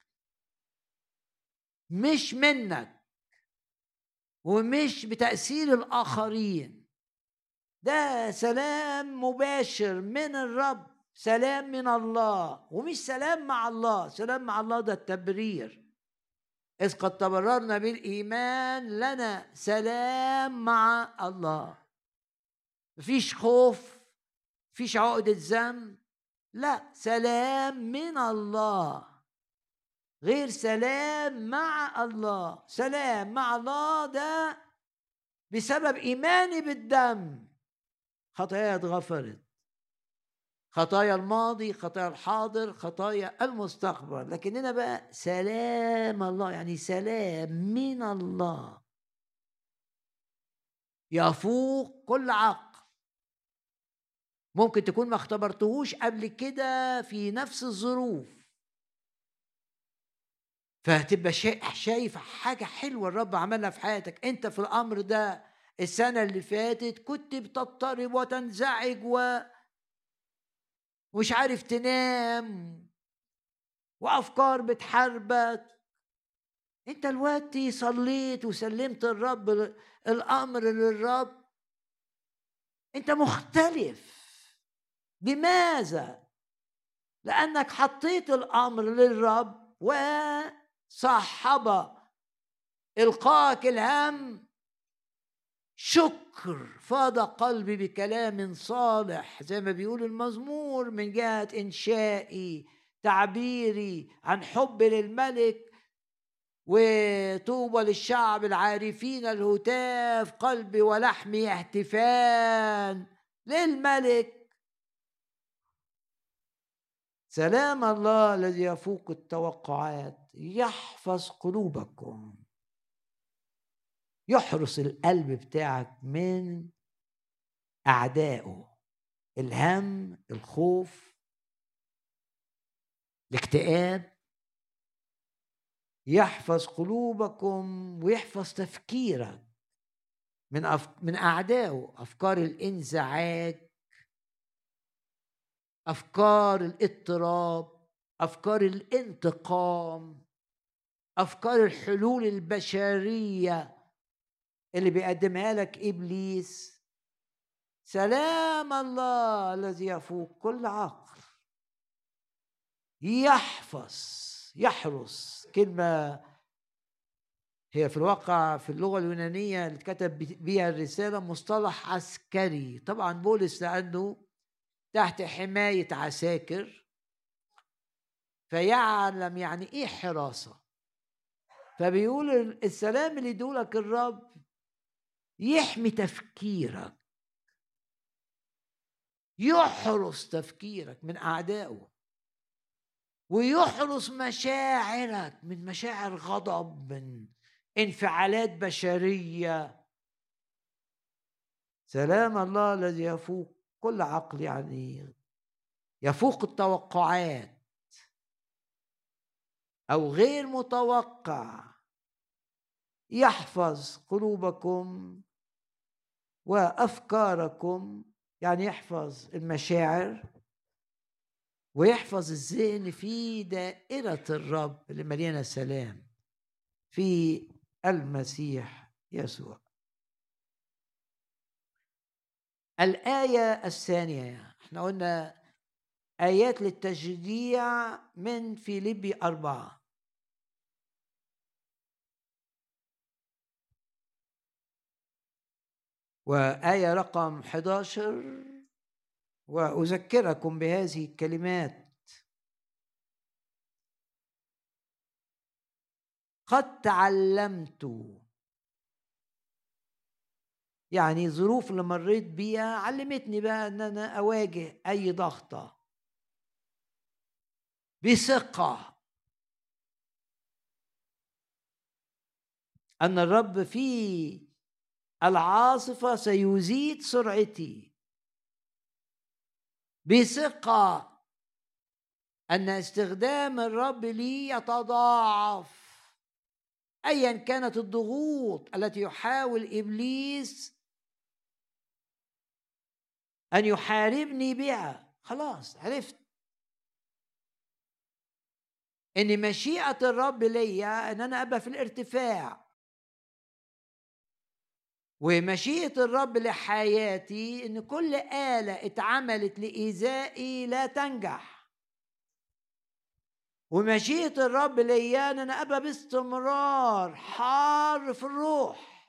مش منك ومش بتأثير الآخرين، ده سلام مباشر من الرب، سلام من الله، ومش سلام مع الله. سلام مع الله ده التبرير، إذ قد تبررنا بالإيمان لنا سلام مع الله. مفيش خوف، مفيش عقدة ذنب، لا، سلام من الله غير سلام مع الله. سلام مع الله ده بسبب إيماني بالدم، خطاياي اتغفرت، خطايا الماضي، خطايا الحاضر، خطايا المستقبل. لكن هنا بقى سلام الله، يعني سلام من الله يفوق كل عقل. ممكن تكون ما اختبرتهوش قبل كده في نفس الظروف، فهتبقى شايف حاجة حلوة الرب عملها في حياتك. انت في الامر ده السنة اللي فاتت كنت بتضطرب وتنزعج ومش عارف تنام وافكار بتحاربك. انت دلوقتي صليت وسلمت الرب الامر للرب، انت مختلف. لماذا؟ لانك حطيت الامر للرب وصاحب القاك الهم شكر. فاض قلبي بكلام صالح، زي ما بيقول المزمور، من جهة إنشائي تعبيري عن حب للملك، وطوبى للشعب العارفين الهتاف، قلبي ولحمي يهتفان للملك. سلام الله الذي يفوق التوقعات يحفظ قلوبكم، يحرس القلب بتاعك من أعدائه، الهم، الخوف، الاكتئاب. يحفظ قلوبكم ويحفظ تفكيرك من أف... من أعدائه، أفكار الانزعاج، أفكار الاضطراب، أفكار الانتقام، أفكار الحلول البشرية اللي بيقدمها لك إبليس. سلام الله الذي يفوق كل عقل يحفظ، يحرس. كلمة هي في الواقع في اللغة اليونانية اللي كتب بها الرسالة مصطلح عسكري. طبعا بولس لأنه تحت حماية عساكر فيعلم يعني إيه حراسة، فبيقول السلام اللي يدولك الرب يحمي تفكيرك، يحرس تفكيرك من أعدائه، ويحرس مشاعرك من مشاعر غضب، من انفعالات بشرية. سلام الله الذي يفوق كل عقل، يعني يفوق التوقعات أو غير متوقع، يحفظ قلوبكم وأفكاركم. يعني يحفظ المشاعر ويحفظ الذهن في دائرة الرب اللي مليانة سلام في المسيح يسوع. الآية الثانية، احنا قلنا آيات للتشجيع من فيليبي أربعة. وآية رقم إحدى عشر: وأذكركم بهذه الكلمات، قد تعلمت. يعني ظروف اللي مريت بيها علمتني بقى أن أنا أواجه أي ضغطة بثقة، أن الرب في العاصفة سيزيد سرعتي، بثقة أن استخدام الرب لي يتضاعف أيا كانت الضغوط التي يحاول إبليس أن يحاربني بها. خلاص عرفت أن مشيئة الرب ليا أن أنا أبقى في الارتفاع، ومشيئة الرب لحياتي أن كل آلة اتعملت لإيذائي لا تنجح، ومشيئة الرب ليا أن أنا أبقى باستمرار حار في الروح،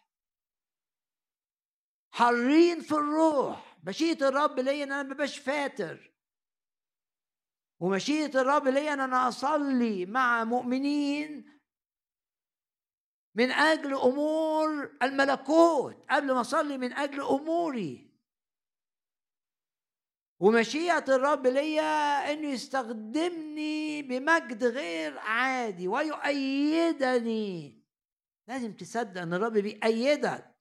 حارين في الروح. مشيئة الرب ليا أن أنا ما بقاش فاتر، ومشيئة الرب ليا أن أنا أصلي مع مؤمنين من أجل أمور الملكوت قبل ما أصلي من أجل أموري. ومشيئة الرب ليا انه يستخدمني بمجد غير عادي ويؤيدني. لازم تصدق ان الرب بيأيدك،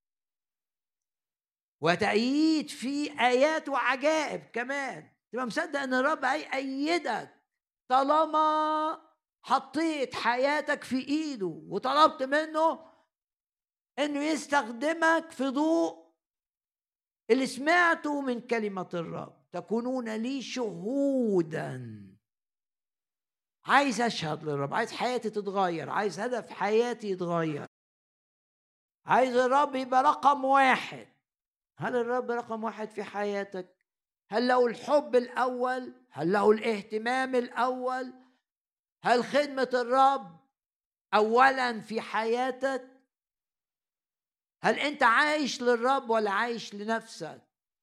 وتأييد في آيات وعجائب كمان. تبقى مصدق ان الرب هيأيدك طالما حطيت حياتك في ايده وطلبت منه انه يستخدمك في ضوء اللي سمعته من كلمة الرب. تكونون لي شهودا. عايز اشهد للرب، عايز حياتي تتغير، عايز هدف حياتي يتغير، عايز الرب يبقى رقم واحد. هل الرب رقم واحد في حياتك؟ هل له الحب الأول؟ هل له الاهتمام الأول؟ هل خدمة الرب أولا في حياتك؟ هل أنت عايش للرب ولا عايش لنفسك؟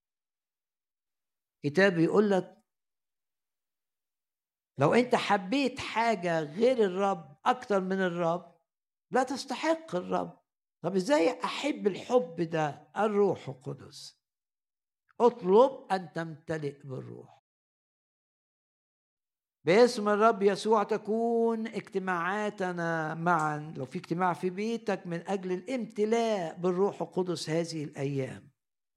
كتاب يقول لك لو أنت حبيت حاجة غير الرب أكتر من الرب لا تستحق الرب. طب إزاي أحب الحب ده؟ الروح القدس. اطلب أن تمتلئ بالروح. باسم الرب يسوع تكون اجتماعاتنا معا، لو في اجتماع في بيتك، من أجل الامتلاء بالروح القدس هذه الأيام.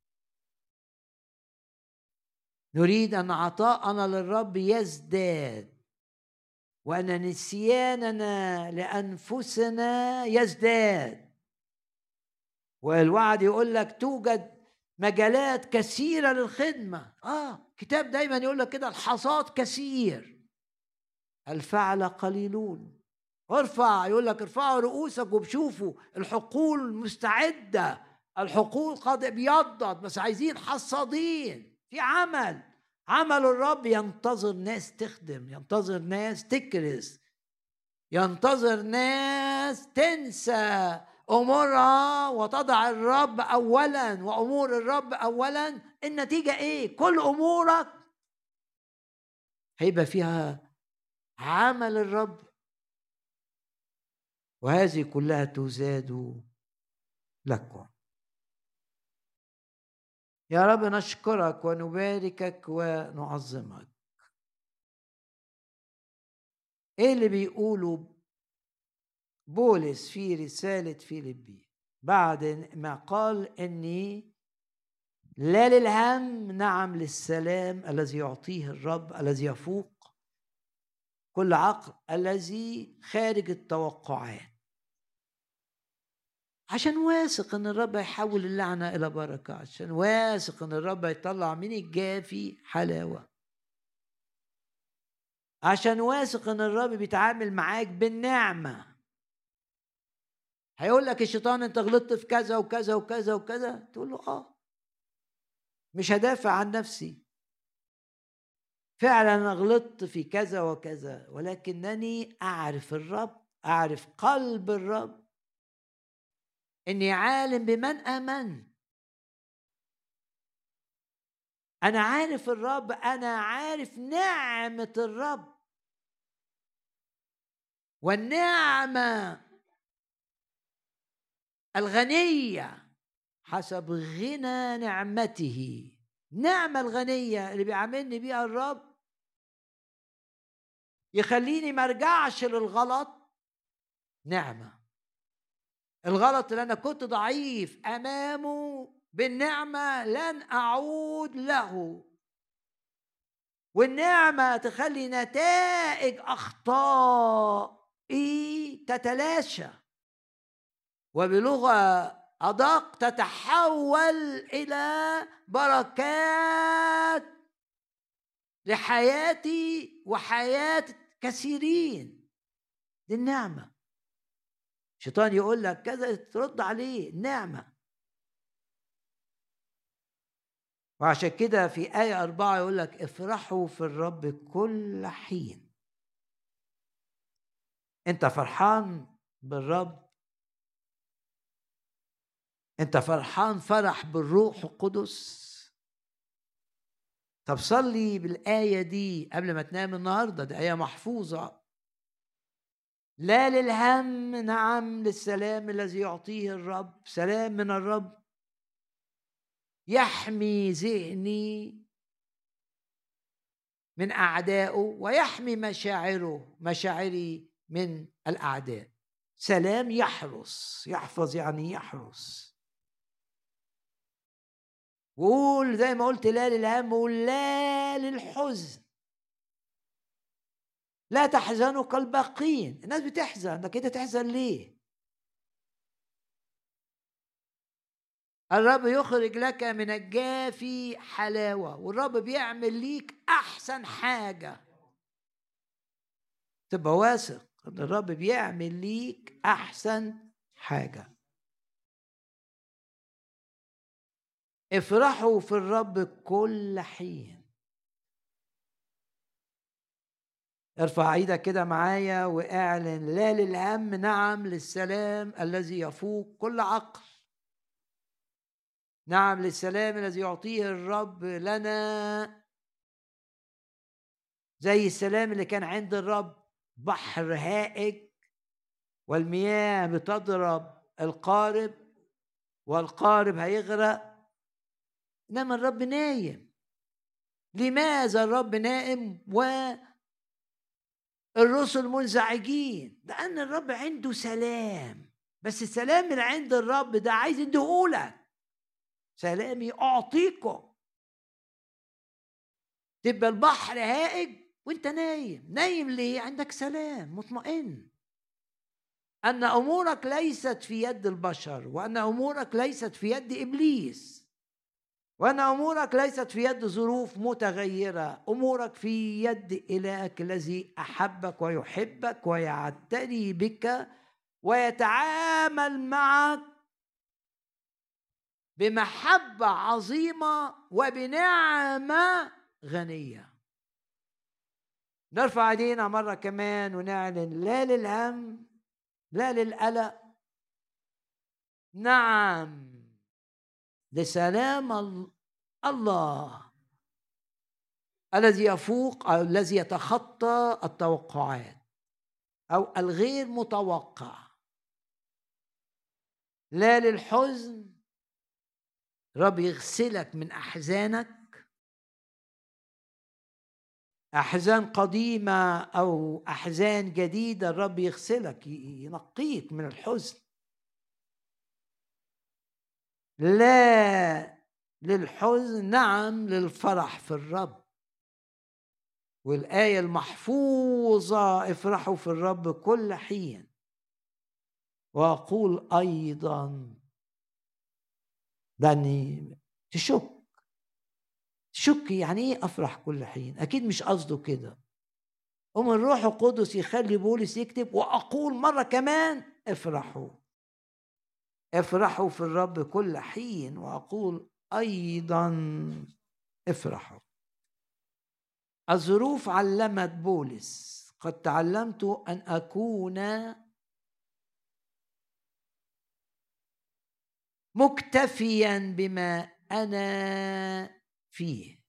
نريد أن عطاءنا للرب يزداد، وأن نسياننا لأنفسنا يزداد. والوعد يقول لك توجد مجالات كثيرة للخدمة. آه كتاب دايما يقول لك كده الحصاد كثير الفعل قليلون. ارفع، يقول لك ارفعوا رؤوسك وبشوفوا الحقول مستعدة، الحقول قد ابيضت، بس عايزين حصادين في عمل. عمل الرب ينتظر ناس تخدم، ينتظر ناس تكرز، ينتظر ناس تنسى أمورها وتضع الرب أولا وأمور الرب أولا. النتيجة إيه؟ كل أمورك هيبقى فيها عمل الرب، وهذه كلها تزاد لكم. يا رب نشكرك ونباركك ونعظمك. ايه اللي بيقوله بولس في رسالة فيليبي بعد ما قال اني لا للهم نعم للسلام الذي يعطيه الرب الذي يفوق كل عقل الذي خارج التوقعات، عشان واثق ان الرب يحول اللعنة الى بركة، عشان واثق ان الرب يطلع من الجافي حلاوة، عشان واثق ان الرب بيتعامل معاك بالنعمة. هيقول لك الشيطان انت غلطت في كذا وكذا وكذا وكذا، تقول له اه مش هدافع عن نفسي، فعلا انا غلطت في كذا وكذا، ولكنني اعرف الرب، اعرف قلب الرب، اني عالم بمن امنت. انا عارف الرب، انا عارف نعمة الرب، والنعمة الغنية حسب غنى نعمته. نعمة الغنية اللي بيعاملني بيها الرب يخليني ما ارجعش للغلط. نعمة الغلط اللي انا كنت ضعيف امامه بالنعمة لن اعود له، والنعمة تخلي نتائج اخطائي تتلاشى، وبلغة أدق تتحول إلى بركات لحياتي وحياة كثيرين. دي النعمة. الشيطان يقول لك كذا ترد عليه، النعمة. وعشان كده في آية أربعة يقول لك افرحوا في الرب كل حين. أنت فرحان بالرب؟ أنت فرحان فرح بالروح القدس؟ طب صلي بالآية دي قبل ما تنام النهاردة، دي آية محفوظة. لا للهم نعم للسلام الذي يعطيه الرب. سلام من الرب يحمي ذهني من أعدائه ويحمي مشاعره مشاعري من الأعداء. سلام يحرس، يحفظ يعني يحرس. وقول زي ما قلت لا للهم ولا للحزن، لا تحزنوا كالباقين. الناس بتحزن، لكن انت تحزن ليه؟ الرب يخرج لك من الجافي حلاوة، والرب بيعمل ليك أحسن حاجة. تبقى واثق ان الرب بيعمل ليك أحسن حاجة. افرحوا في الرب كل حين. ارفع ايدك كده معايا واعلن لا للهم نعم للسلام الذي يفوق كل عقل. نعم للسلام الذي يعطيه الرب لنا، زي السلام اللي كان عند الرب. بحر هائج والمياه بتضرب القارب والقارب هيغرق، انما الرب نايم. لماذا الرب نائم والرسل منزعجين؟ لأن الرب عنده سلام، بس السلام اللي عند الرب ده عايز يديهولك. سلامي أعطيكم. تبقى البحر هائج وانت نايم. نايم ليه؟ عندك سلام، مطمئن أن أمورك ليست في يد البشر، وأن أمورك ليست في يد إبليس، وأن أمورك ليست في يد ظروف متغيرة. أمورك في يد إلهك الذي أحبك ويحبك ويعتني بك ويتعامل معك بمحبة عظيمة وبنعمة غنية. نرفع ايدينا مرة كمان ونعلن لا للهم، لا للقلق، نعم لسلام الله الذي يفوق أو الذي يتخطى التوقعات أو الغير متوقع. لا للحزن، رب يغسلك من أحزانك، أحزان قديمة أو أحزان جديدة. الرب يغسلك، ينقيك من الحزن. لا للحزن، نعم للفرح في الرب. والآية المحفوظة افرحوا في الرب كل حين. وأقول أيضا، لأني تشك تشك يعني إيه أفرح كل حين؟ أكيد مش قصده كده. أم الروح القدس يخلي بولس يكتب وأقول مرة كمان افرحوا افرحوا في الرب كل حين، وأقول أيضا افرحوا. الظروف علمت بولس قد تعلمت أن أكون مكتفيا بما أنا فيه.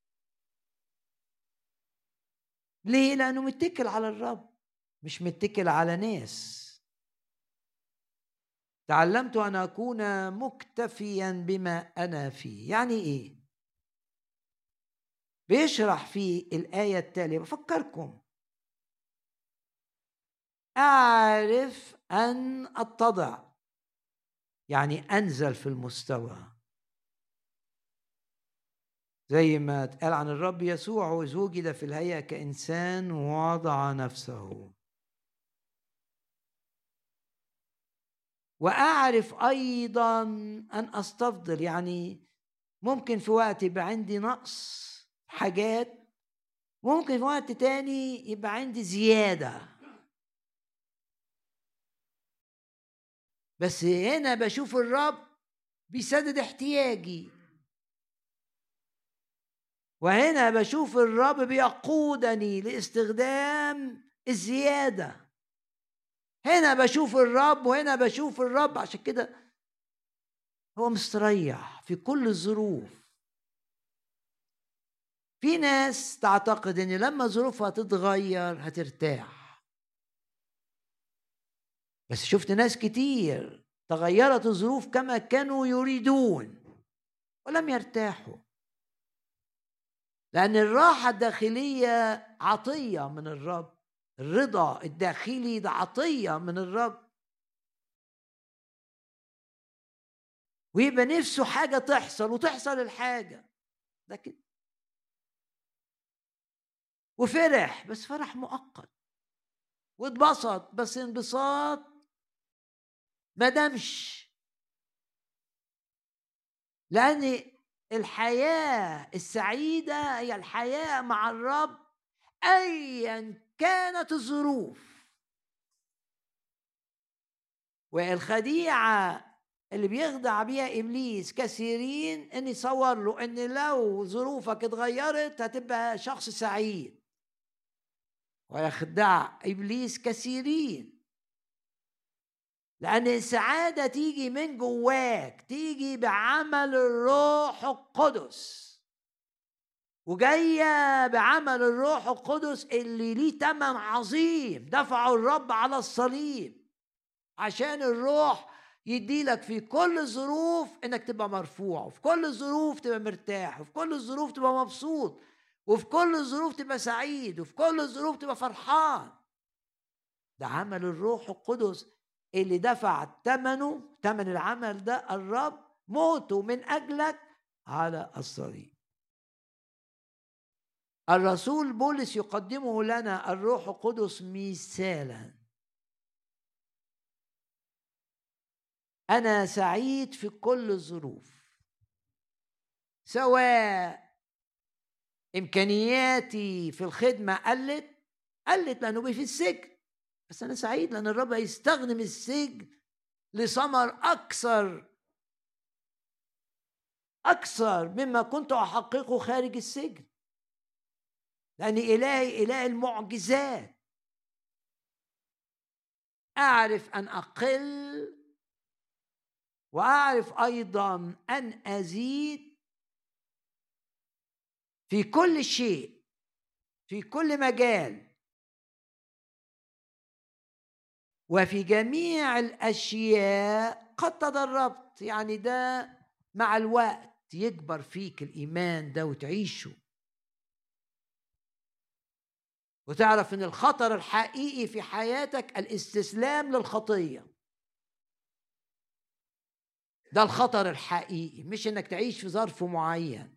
ليه؟ لأنه متكل على الرب، مش متكل على ناس. تعلمت أن أكون مكتفيا بما أنا فيه. يعني إيه؟ بيشرح في الآية التالية، بفكركم. أعرف أن أتضع، يعني أنزل في المستوى، زي ما اتقال عن الرب يسوع: وإذ وجد في الهيئة كإنسان ووضع نفسه. وأعرف أيضا أن أستفضل، يعني ممكن في وقت يبقى عندي نقص حاجات، ممكن في وقت تاني يبقى عندي زيادة، بس هنا بشوف الرب بيسدد احتياجي، وهنا بشوف الرب بيقودني لاستخدام الزيادة. هنا بشوف الرب وهنا بشوف الرب. عشان كده هو مستريح في كل الظروف. في ناس تعتقد ان لما ظروفها تتغير هترتاح، بس شفت ناس كتير تغيرت الظروف كما كانوا يريدون ولم يرتاحوا. لأن الراحة الداخلية عطية من الرب. الرضا الداخلي ده عطية من الرب، ويبقى نفسه حاجة تحصل وتحصل الحاجة ده كده، وفرح بس فرح مؤقت، واتبسط بس انبساط ما دامش. لأن الحياة السعيدة هي الحياة مع الرب أيا كانت الظروف. والخديعة اللي بيخدع بيها إبليس كثيرين إن يصور له إن لو ظروفك اتغيرت هتبقى شخص سعيد، ويخدع إبليس كثيرين. لأن السعادة تيجي من جواك، تيجي بعمل الروح القدس، وجاية بعمل الروح القدس اللي ليه ثمن عظيم دفعه الرب على الصليب، عشان الروح يديلك في كل الظروف انك تبقى مرفوع، وفي كل الظروف تبقى مرتاح، وفي كل الظروف تبقى مبسوط، وفي كل الظروف تبقى سعيد، وفي كل الظروف تبقى فرحان. ده عمل الروح القدس اللي دفع ثمنه، ثمن العمل ده الرب موته من أجلك على الصليب. الرسول بولس يقدمه لنا الروح القدس مثالا. أنا سعيد في كل الظروف، سواء إمكانياتي في الخدمة قلت قلت لأنه بي في السجن، بس أنا سعيد لأن الرب هيستخدم السجن لثمر أكثر أكثر مما كنت أحققه خارج السجن، لأن إلهي إله المعجزات. أعرف أن أقل وأعرف أيضا أن أزيد في كل شيء، في كل مجال، وفي جميع الأشياء قد تدربت. يعني ده مع الوقت يكبر فيك الإيمان ده وتعيشه، وتعرف أن الخطر الحقيقي في حياتك الاستسلام للخطية. ده الخطر الحقيقي، مش أنك تعيش في ظرف معين.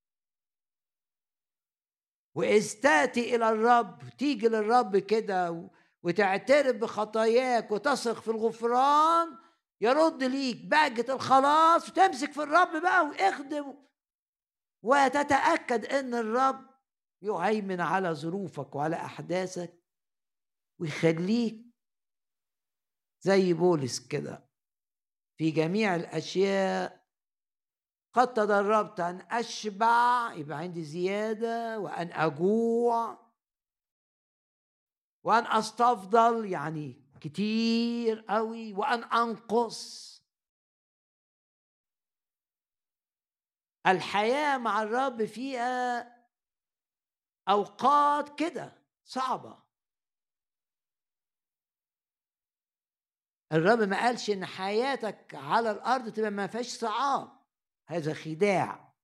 وإذ تأتي إلى الرب، تيجي للرب كده وتعترف بخطاياك وتثق في الغفران، يرد ليك بهجة الخلاص، وتمسك في الرب بقى واخدم، وتتأكد أن الرب يهيمن على ظروفك وعلى أحداثك، ويخليك زي بولس كده في جميع الأشياء قد تدربت أن أشبع، يبقى عندي زيادة، وأن أجوع، وأن أستفضل يعني كتير قوي، وأن أنقص. الحياة مع الرب فيها أوقات كده صعبة. الرب ما قالش إن حياتك على الأرض تبقى ما فيهاش صعاب، هذا خداع.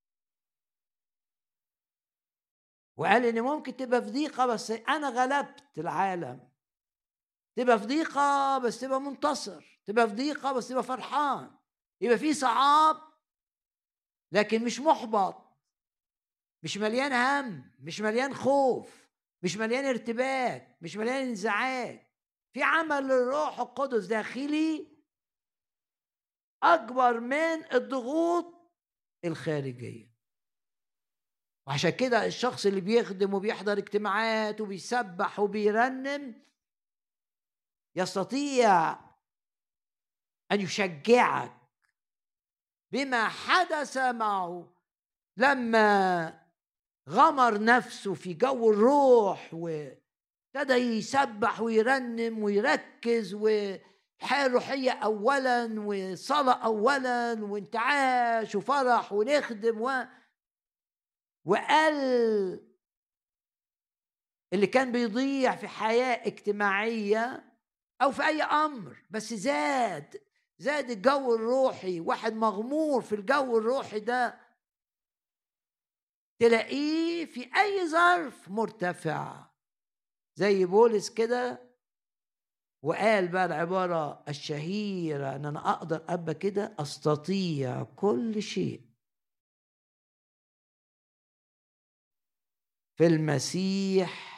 وقال إن ممكن تبقى في ضيقة بس أنا غلبت العالم، تبقى في ضيقة بس تبقى منتصر، تبقى في ضيقة بس تبقى فرحان، يبقى في صعاب لكن مش محبط، مش مليان هم، مش مليان خوف، مش مليان ارتباك، مش مليان انزعاج. في عمل الروح القدس داخلي أكبر من الضغوط الخارجية. وعشان كده الشخص اللي بيخدم وبيحضر اجتماعات وبيسبح وبيرنم يستطيع أن يشجعك بما حدث معه لما غمر نفسه في جو الروح وابتدى يسبح ويرنم ويركز، والحياة الروحية أولا، وصلاة أولا، وانتعاش وفرح ونخدم و... وقال اللي كان بيضيع في حياة اجتماعية أو في أي أمر، بس زاد زاد الجو الروحي. واحد مغمور في الجو الروحي ده تلاقيه في أي ظرف مرتفع، زي بولس كده، وقال بقى العبارة الشهيرة أن أنا أقدر أبقى كده أستطيع كل شيء في المسيح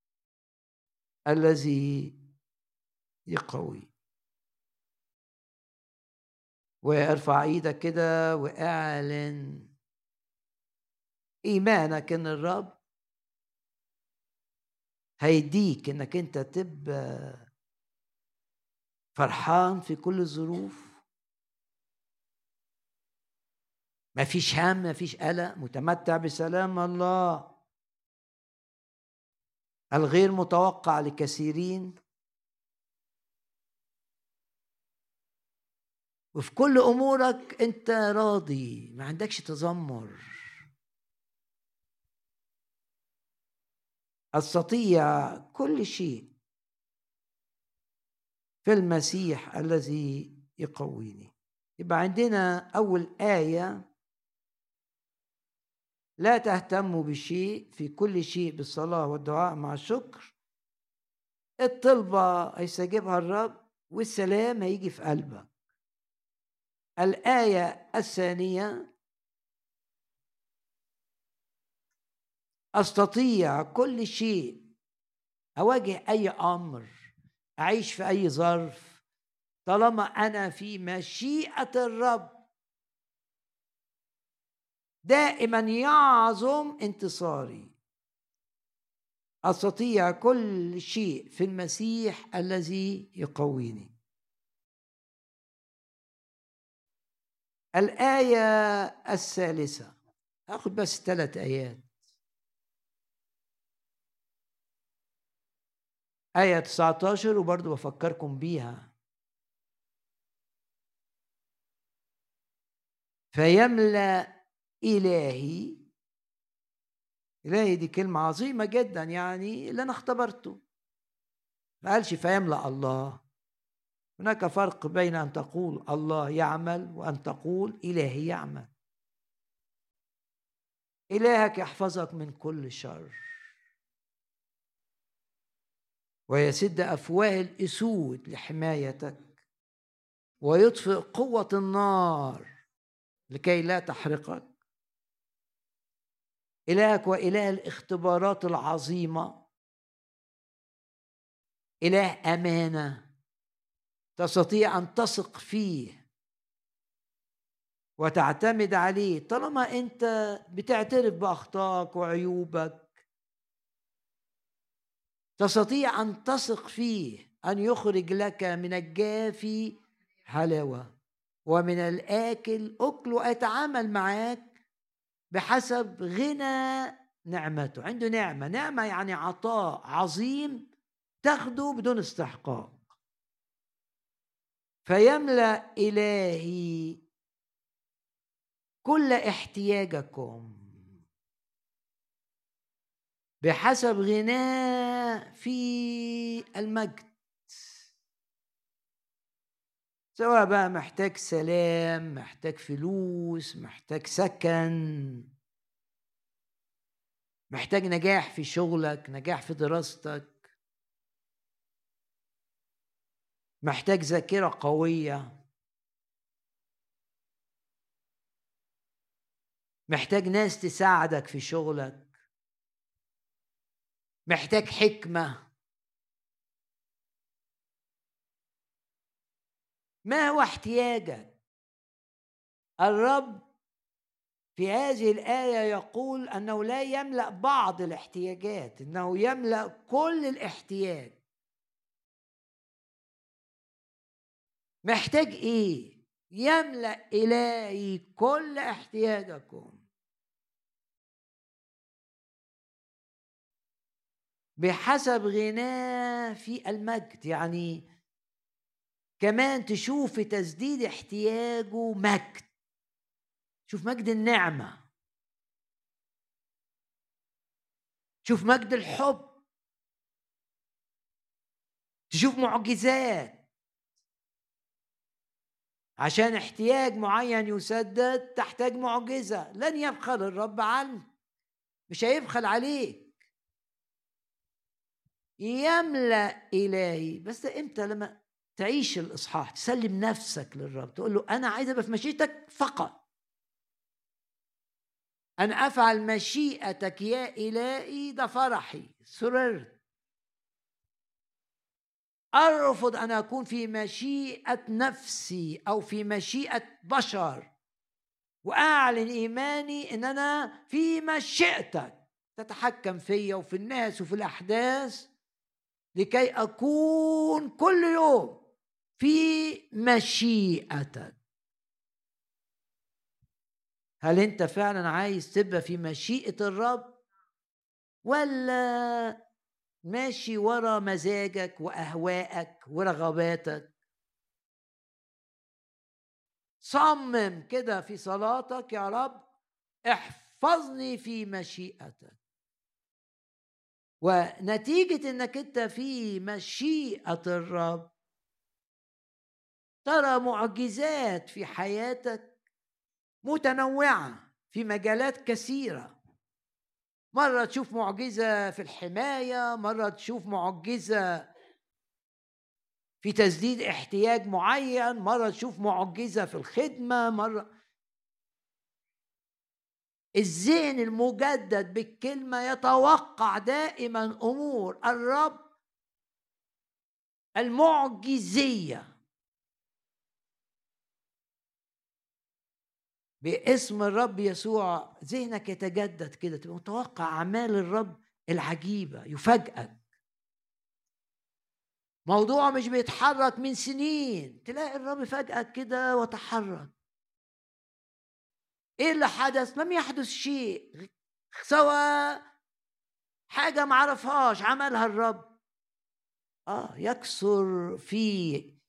الذي يقوي. وارفع ايدك كده واعلن ايمانك ان الرب هيديك انك انت تبقى فرحان في كل الظروف، مفيش هم، مفيش قلق، متمتع بسلام الله الغير متوقع لكثيرين، وفي كل امورك انت راضي، ما عندكش تذمر. استطيع كل شيء في المسيح الذي يقويني. يبقى عندنا اول آية: لا تهتموا بشيء، في كل شيء بالصلاة والدعاء مع الشكر. الطلبة هيستجيبها الرب والسلام هيجي في قلبك. الآية الثانية: أستطيع كل شيء، أواجه أي أمر، أعيش في أي ظرف طالما أنا في مشيئة الرب، دائما يعظم انتصاري. أستطيع كل شيء في المسيح الذي يقويني. الآية الثالثة، هاخد بس ثلاث آيات. آية تسعة عشر وبرضو بفكركم بيها: فيملأ إلهي. إلهي دي كلمة عظيمة جدا، يعني اللي أنا اختبرته. ما قالش فيملأ الله. هناك فرق بين أن تقول الله يعمل وأن تقول إلهي يعمل. إلهك يحفظك من كل شر ويسد أفواه الأسود لحمايتك ويطفئ قوة النار لكي لا تحرقك. إلهك وإله الاختبارات العظيمة، إله أمانة تستطيع أن تثق فيه وتعتمد عليه طالما أنت بتعترف بأخطائك وعيوبك. تستطيع أن تثق فيه أن يخرج لك من الجافي حلاوة ومن الآكل أكل، ويتعامل معاك بحسب غنى نعمته. عنده نعمة، نعمة يعني عطاء عظيم تاخده بدون استحقاق. فيملأ إلهي كل احتياجكم بحسب غناه في المجد. سواء بقى محتاج سلام، محتاج فلوس، محتاج سكن، محتاج نجاح في شغلك، نجاح في دراستك، محتاج ذاكرة قوية، محتاج ناس تساعدك في شغلك، محتاج حكمة. ما هو احتياجك؟ الرب في هذه الآية يقول أنه لا يملأ بعض الاحتياجات، إنه يملأ كل الاحتياج. محتاج إيه؟ يملأ إلهي كل احتياجكم بحسب غناه في المجد. يعني كمان تشوف في تسديد احتياجه مجد. شوف مجد النعمة، شوف مجد الحب، تشوف معجزات. عشان احتياج معين يسدد تحتاج معجزة، لن يبخل الرب عنك. مش هيبخل عليك. يملأ إلهي. بس ده إمتى؟ لما تعيش الإصحاح، تسلم نفسك للرب، تقول له أنا عايز أبقى في مشيئتك فقط، أن أفعل مشيئتك يا إلهي، ده فرحي، سررت. أرفض أن أكون في مشيئة نفسي أو في مشيئة بشر، وأعلن إيماني أن أنا في مشيئتك تتحكم فيا وفي الناس وفي الأحداث، لكي أكون كل يوم في مشيئتك. هل أنت فعلا عايز تبقى في مشيئة الرب، ولا ماشي ورا مزاجك وأهوائك ورغباتك؟ صمم كده في صلاتك، يا رب احفظني في مشيئتك. ونتيجة انك انت في مشيئة الرب ترى معجزات في حياتك متنوعة في مجالات كثيرة. مرة تشوف معجزة في الحماية، مرة تشوف معجزة في تسديد احتياج معين، مرة تشوف معجزة في الخدمة، مرة الذهن المجدد بالكلمة يتوقع دائما أمور الرب المعجزية. باسم الرب يسوع ذهنك يتجدد كده، تبقى متوقع أعمال الرب العجيبة، يفاجئك. موضوع مش بيتحرك من سنين، تلاقي الرب فجأة كده وتحرك. ايه اللي حدث؟ لم يحدث شيء، سوى حاجة معرفهاش عملها الرب. اه يكسر في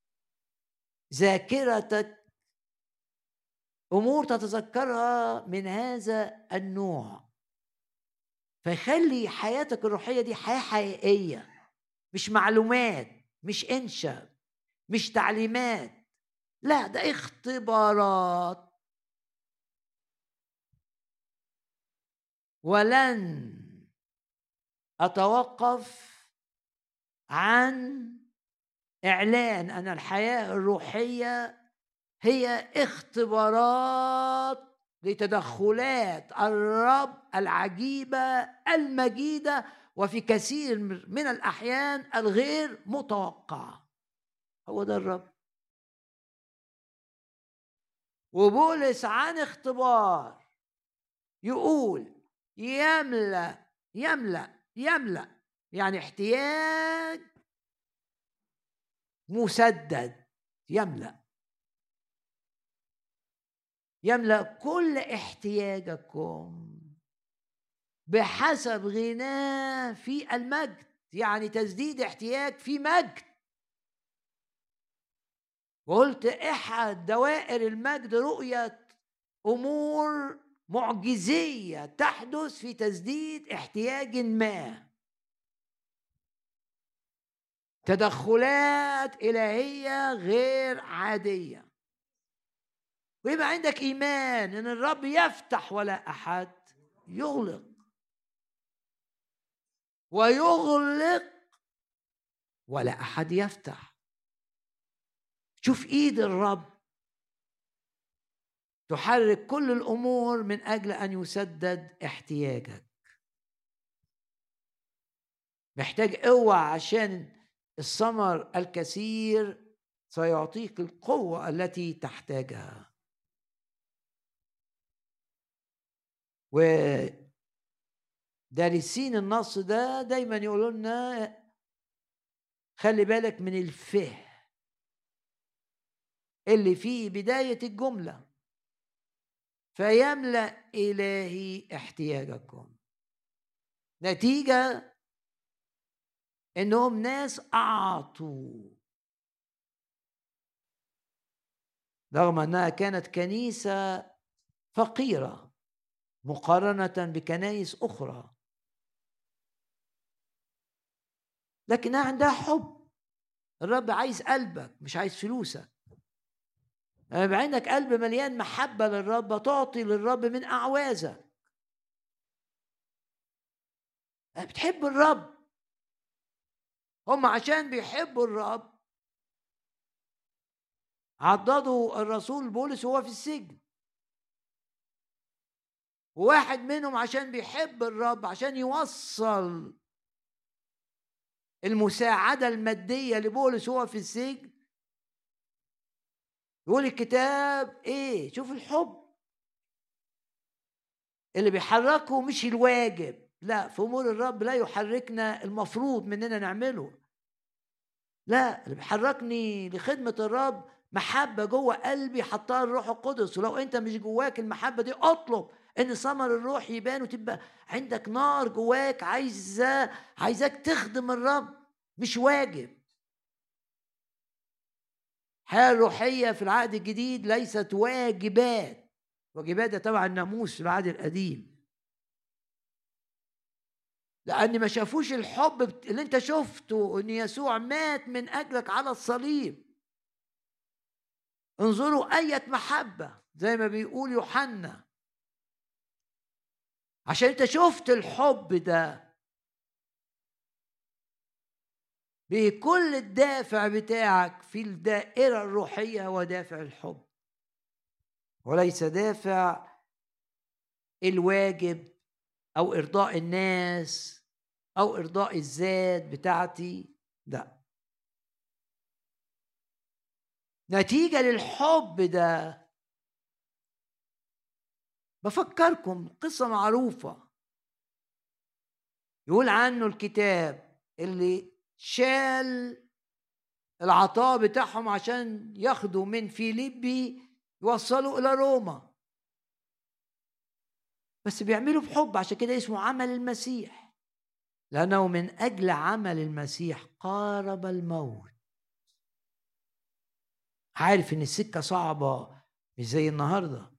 ذاكرتك امور تتذكرها من هذا النوع، فيخلي حياتك الروحية دي حياة حقيقية، مش معلومات، مش انشاء، مش تعليمات، لا ده اختبارات. ولن أتوقف عن إعلان أن الحياة الروحية هي اختبارات لتدخلات الرب العجيبة المجيدة، وفي كثير من الأحيان الغير متوقعة. هو ده الرب. وبولس عن اختبار يقول يملأ يملأ يملأ، يعني احتياج مسدد. يملأ يملأ كل احتياجكم بحسب غناه في المجد، يعني تسديد احتياج في مجد. وقلت احد دوائر المجد رؤية امور معجزية تحدث في تسديد احتياج ما، تدخلات إلهية غير عادية. ويبقى عندك إيمان إن الرب يفتح ولا أحد يغلق، ويغلق ولا أحد يفتح. شوف إيد الرب تحرك كل الأمور من أجل أن يسدد احتياجك. محتاج قوة عشان الثمر الكثير سيعطيك القوة التي تحتاجها. ودارسين النص ده دايما يقولوا لنا خلي بالك من الفه اللي فيه بداية الجملة، فيملأ إلهي احتياجكم. نتيجة إنهم ناس أعطوا، رغم أنها كانت كنيسة فقيرة مقارنة بكنائس أخرى، لكنها عندها حب. الرب عايز قلبك مش عايز فلوسك. لما يبقى عندك قلب مليان محبة للرب تعطي للرب من أعوازك. بتحب الرب. هم عشان بيحبوا الرب عضدوا الرسول بولس وهو في السجن. وواحد منهم عشان بيحب الرب، عشان يوصل المساعدة المادية لبولس وهو في السجن، يقول الكتاب ايه؟ شوف الحب اللي بيحركه مش الواجب. لا، في امور الرب لا يحركنا المفروض مننا نعمله. لا، اللي بيحركني لخدمة الرب محبة جوه قلبي حطها الروح القدس. ولو انت مش جواك المحبة دي، اطلب ان ثمر الروح يبان وتبقى عندك نار جواك عايزة عايزاك تخدم الرب، مش واجب. الحياة الروحية في العهد الجديد ليست واجبات. واجبات ده طبعا الناموس في العهد القديم، لأن ما شافوش الحب اللي انت شفته، ان يسوع مات من أجلك على الصليب. انظروا أية محبة زي ما بيقول يوحنا، عشان انت شفت الحب ده بكل الدافع بتاعك في الدائرة الروحية، ودافع الحب وليس دافع الواجب أو إرضاء الناس أو إرضاء الذات بتاعتي. لا، نتيجة للحب ده بفكركم قصة معروفة يقول عنه الكتاب، اللي شال العطاء بتاعهم عشان ياخدوا من فيليبي يوصلوا إلى روما، بس بيعملوا بحب. عشان كده اسمه عمل المسيح، لأنه من أجل عمل المسيح قارب الموت. عارف إن السكة صعبة مش زي النهاردة،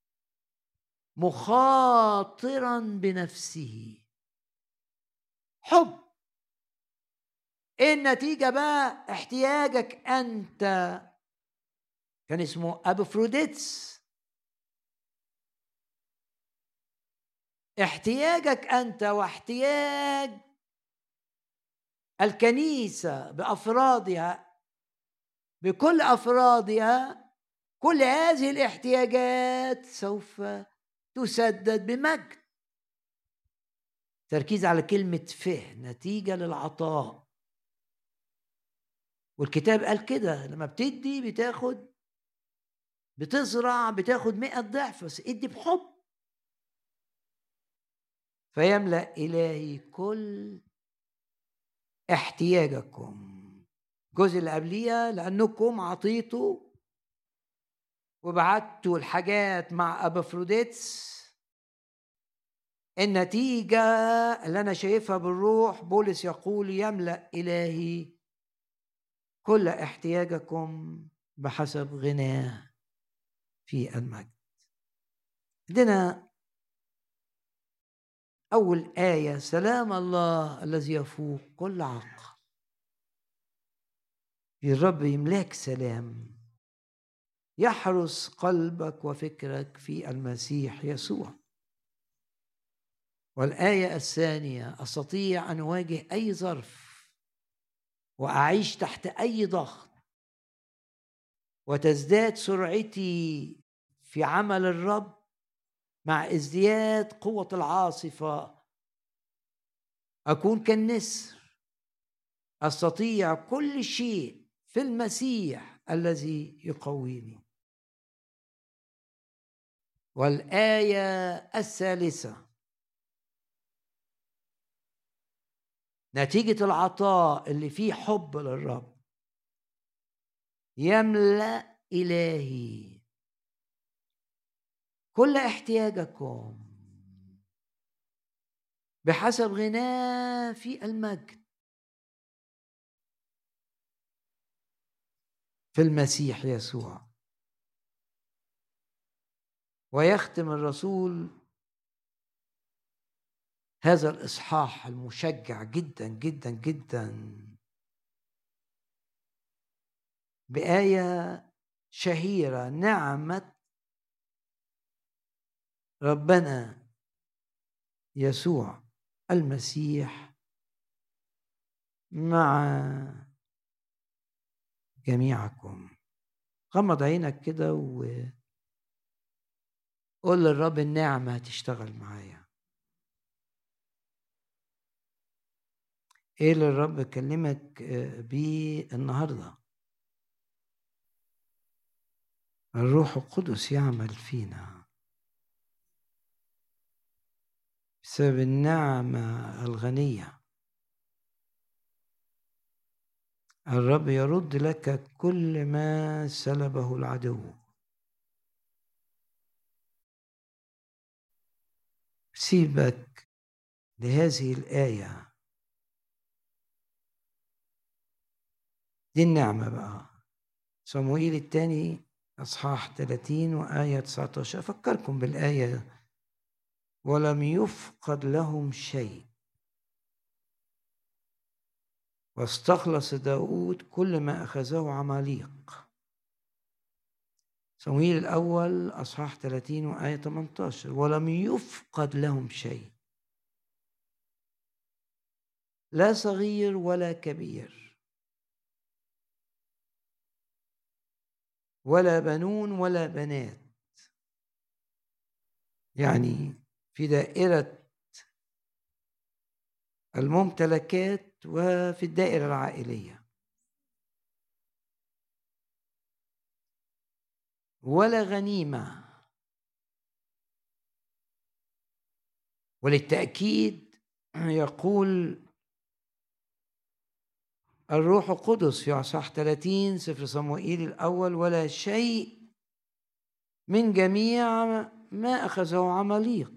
مخاطرا بنفسه. حب. ايه النتيجة بقى؟ احتياجك انت. كان اسمه ابفروديتس. احتياجك انت واحتياج الكنيسة بأفرادها، بكل أفرادها، كل هذه الاحتياجات سوف تسدد بمجد. تركيز على كلمة فه، نتيجة للعطاء. والكتاب قال كده، لما بتدي بتاخد، بتزرع بتاخد مئة ضعف، بس ادي بحب. فيملأ إلهي كل احتياجكم. الجزء اللي قبليه، لأنكم عطيتوا وبعتوا الحاجات مع أبافروديتس. النتيجة اللي أنا شايفها بالروح، بولس يقول يملأ إلهي كل احتياجكم بحسب غناه في المجد. عندنا أول آية، سلام الله الذي يفوق كل عقل. الرب يملاك سلام يحرس قلبك وفكرك في المسيح يسوع. والآية الثانية، أستطيع أن أواجه أي ظرف وأعيش تحت أي ضغط، وتزداد سرعتي في عمل الرب مع ازدياد قوة العاصفة. أكون كالنسر، أستطيع كل شيء في المسيح الذي يقويني. والآية الثالثة، نتيجة العطاء اللي فيه حب للرب، يملأ إلهي كل احتياجكم بحسب غناه في المجد في المسيح يسوع. ويختم الرسول هذا الإصحاح المشجع جدا جدا جدا بآية شهيرة، نعمة ربنا يسوع المسيح مع جميعكم. غمض عينك كده وقول للرب النعمة تشتغل معايا. ايه اللي الرب كلمك بيه النهارده؟ الروح القدس يعمل فينا بسبب النعمة الغنية. الرب يرد لك كل ما سلبه العدو. سيبك لهذه الآية، دي النعمة بقى. صموئيل الثاني أصحاح ثلاثين وآية تسعة عشر. أفكركم بالآية: ولم يفقد لهم شيء واستخلص داود كل ما أخذه عماليق. صموئيل الأول أصحاح ثلاثين وآية ثمانية عشر. ولم يفقد لهم شيء، لا صغير ولا كبير، ولا بنون ولا بنات. يعني في دائرة الممتلكات وفي الدائرة العائلية. ولا غنيمة. وللتأكيد يقول الروح القدس في أصحاح ثلاثين سفر صموئيل الأول: ولا شيء من جميع ما أخذه عماليق.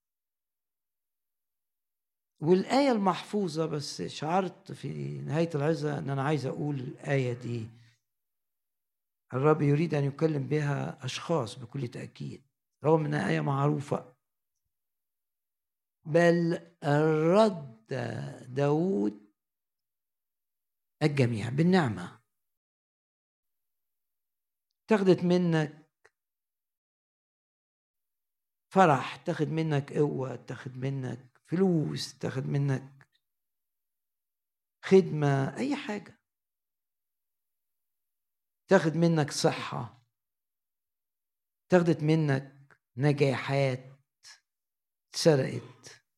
والآية المحفوظة، بس شعرت في نهاية العظة أن أنا عايز أقول الآية دي الرب يريد أن يكلم بها أشخاص بكل تأكيد، رغم أنها آية معروفة. بل رد داود الجميع بالنعمة. تاخدت منك فرح، تاخد منك قوة، تاخد منك فلوس، تاخد منك خدمة، أي حاجة، تاخد منك صحة، تاخدت منك نجاحات، اتسرقت.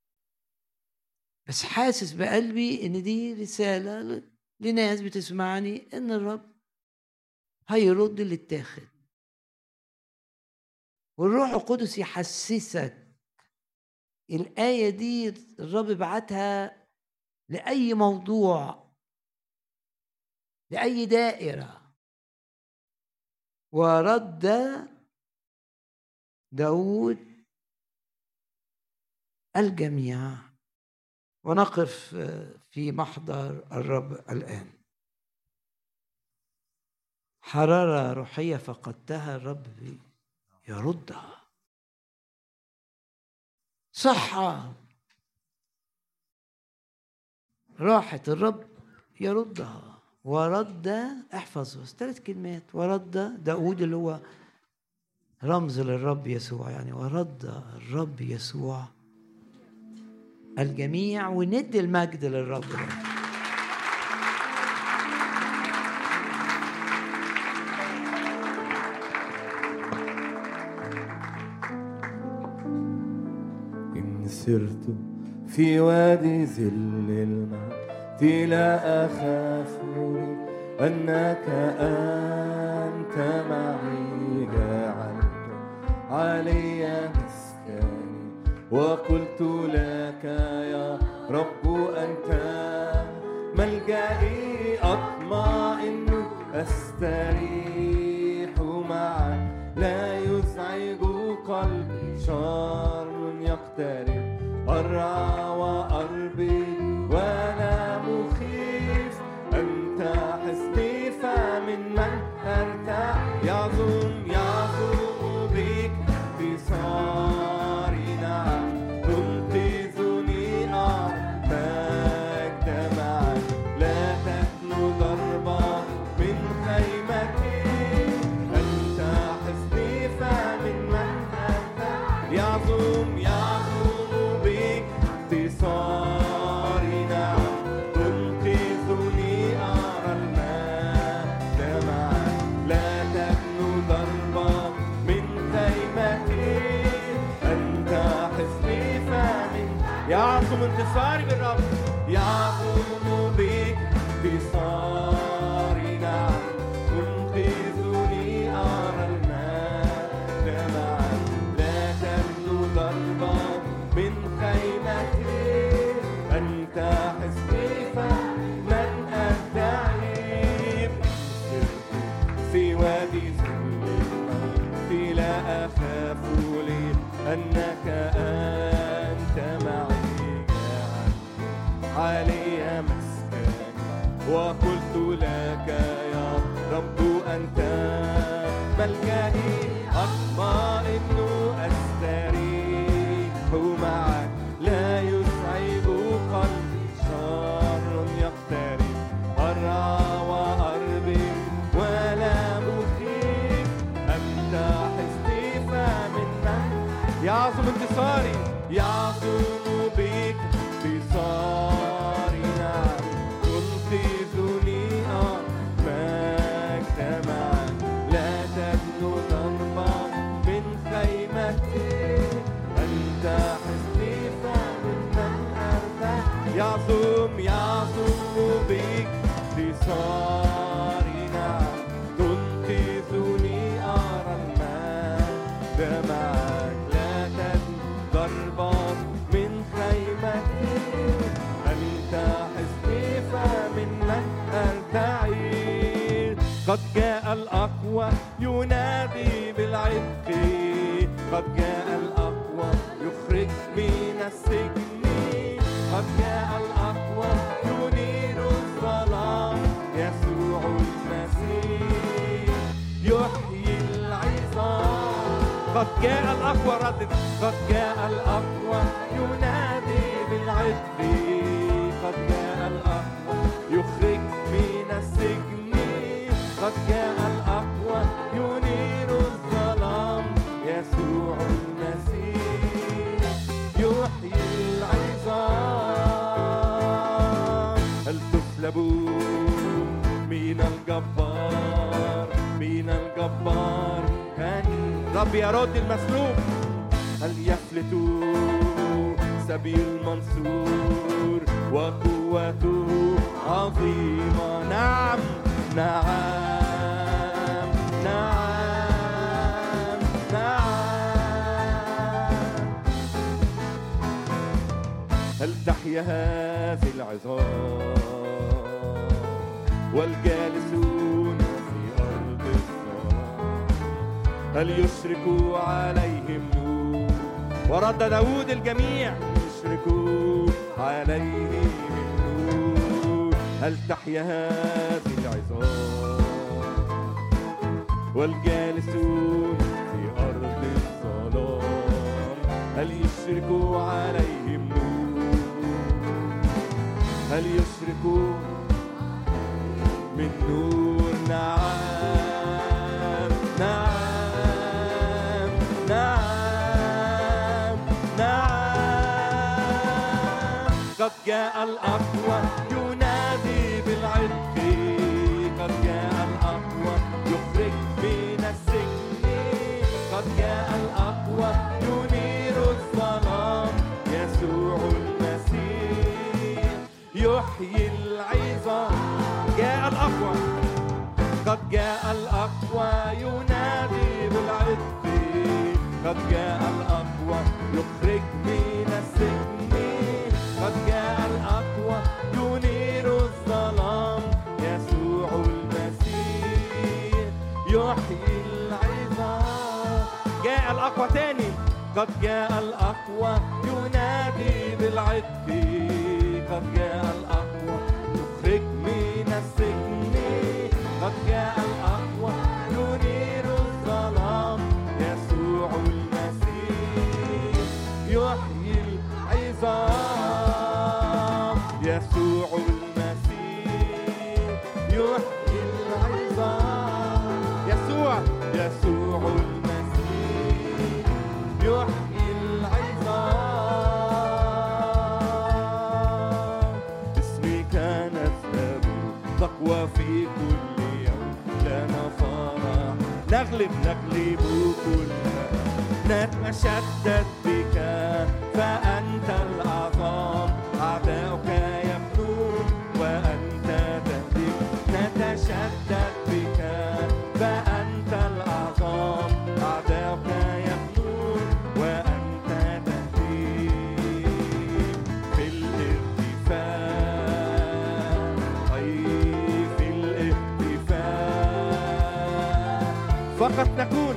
بس حاسس بقلبي ان دي رسالة لناس بتسمعني ان الرب هيرد اللي اتاخد. والروح القدس يحسسك الآية دي الرب بعتها لأي موضوع، لأي دائرة. ورد داود الجميع. ونقف في محضر الرب الآن. حرارة روحية فقدتها الرب يردها. صحة راحت الرب يردها. ورد، احفظ بس ثلاث كلمات: ورد داود اللي هو رمز للرب يسوع، يعني ورد الرب يسوع الجميع. وندي المجد للرب ده. إن سرت في وادي ظل الموت لا أخاف أنك أنت معي. جعلت علي مسكني وقلت لك يا رب أنت ملجئي. أطمئن أستريح معك، لا يزعج قلبي شر يقترب. أرعى وأربي وأنا مخيف، أنت حصني فمن من أرتاح. يعظم يعظم بك انتصاري، نعم تنقذني أعطاك معك. لا تخلو ضربة من خيمتي، أنت حصني فمن من أرتاح. يعظم يعظم بك انتصاري. يعظم انتصاري بالرب، يعظم بك انتصاري، نعم تنقذني أرى المجد معا، لا تبدو ضربة من خيمتي، أنت حصني فمن أدعي، في وادي ظل الموت لا أخاف لي أنك أنت معي، علي مسكني وقلت لك يا رب أنت ملجئي، أطمئن أستريح معك، لا يزعج قلبي شر يقترب، أرعى وأربي ولا مخيف، أنت حصني فمن من يعظم انتصاري، يعظم بك انتصاري، نعم تنقذني أمامك معا، لا تدنو ضربة من خيمتي، أنت حصني فمن من أرتاح، يعظم يعظم بك انتصاري، نعم تنقذني أرى المجد معك، لا تدنو ضربة من خيمتي، أنت حصني فمن من أرتعي، قد جاء الأقوى ينادي بالعتق، قد جاء الأقوى يخرج من السجن، قد جاء الأقوى ينير الظلام، يسوع المسيح يحيي العظام، قد جاء الأقوى ردد، قد جاء الأقوى ينادي بالعتق، قد جاء الأقوى يخرج من السجن، قد جاء الأقوى ينير الظلام، يسوع المسيح يحيي العظام، هل تسلبوا من الجبار من الجبار كان رب يرد المسلوب، هل يفلت سبيل المنصور وقوته عظيمة، نعم نعم نعم نعم، هل تحيا هذه العظام والجالسون في أرض الظلام، هل يشرك عليهم نور، ورد داود الجميع يشرك عليهم النور، هل تحيا هذه العظام والجالسون في أرض الظلام، هل يشرك عليهم نور، هل يشرك من نور، نعم نعم نعم نعم، قد جاء الأقوى ينادي بالعتق، قد جاء الأقوى يخرج من السجن، قد جاء الأقوى ينير الظلام، يسوع المسيح يحيي العظام، جاء الأقوى، قد جاء الأقوى ينادي بالعتق، قد جاء الأقوى يخرج من السجن، قد جاء الأقوى ينير الظلام، يسوع المسيح يحيي العظام، جاء الأقوى تاني، قد جاء الأقوى ينادي بالعتق، قد جاء الأقوى يخرج من السجن، قد جاء الأقوى ينير الظلام، يسوع المسيح يحيي العظام، يسوع المسيح يحيي العظام، يسوع يسوع المسيح يحيي العظام، اسمك نذهب تقوى في كل يوم، لنا فرح نغلب نغلب كل نتشدد بك فأنت العظام، فقط نكون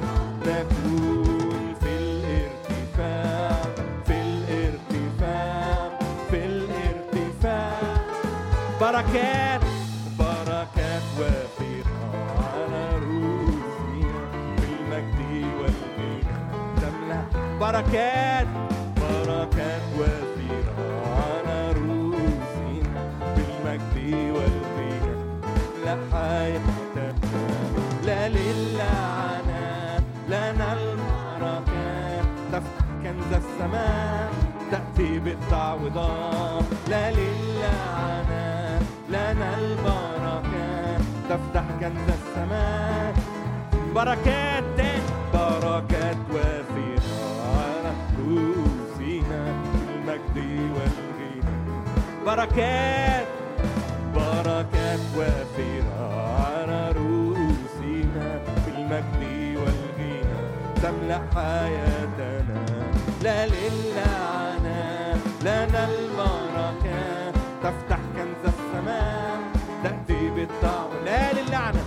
نكون في الارتفاع في الارتفاع في الارتفاع بركات بركات وافرة على رؤوسنا بالمجد والغنى تملأ بركات بركات وافرة على رؤوسنا بالمجد والغنى لا حياتنا لا للعنة لنا البركات تفتح كنز السماء تأتي بالتعويضات لا للعنة لنا البركات تفتح كنز السماء بركات بركات وافرة على رؤوسنا بالمجد والغنى بركات بركات وافرة على رؤوسنا بالمجد والغنى تملأ حياتنا لا للعنة لنا البركات تفتح كنز السماء تأتي بالطعم لا للعنة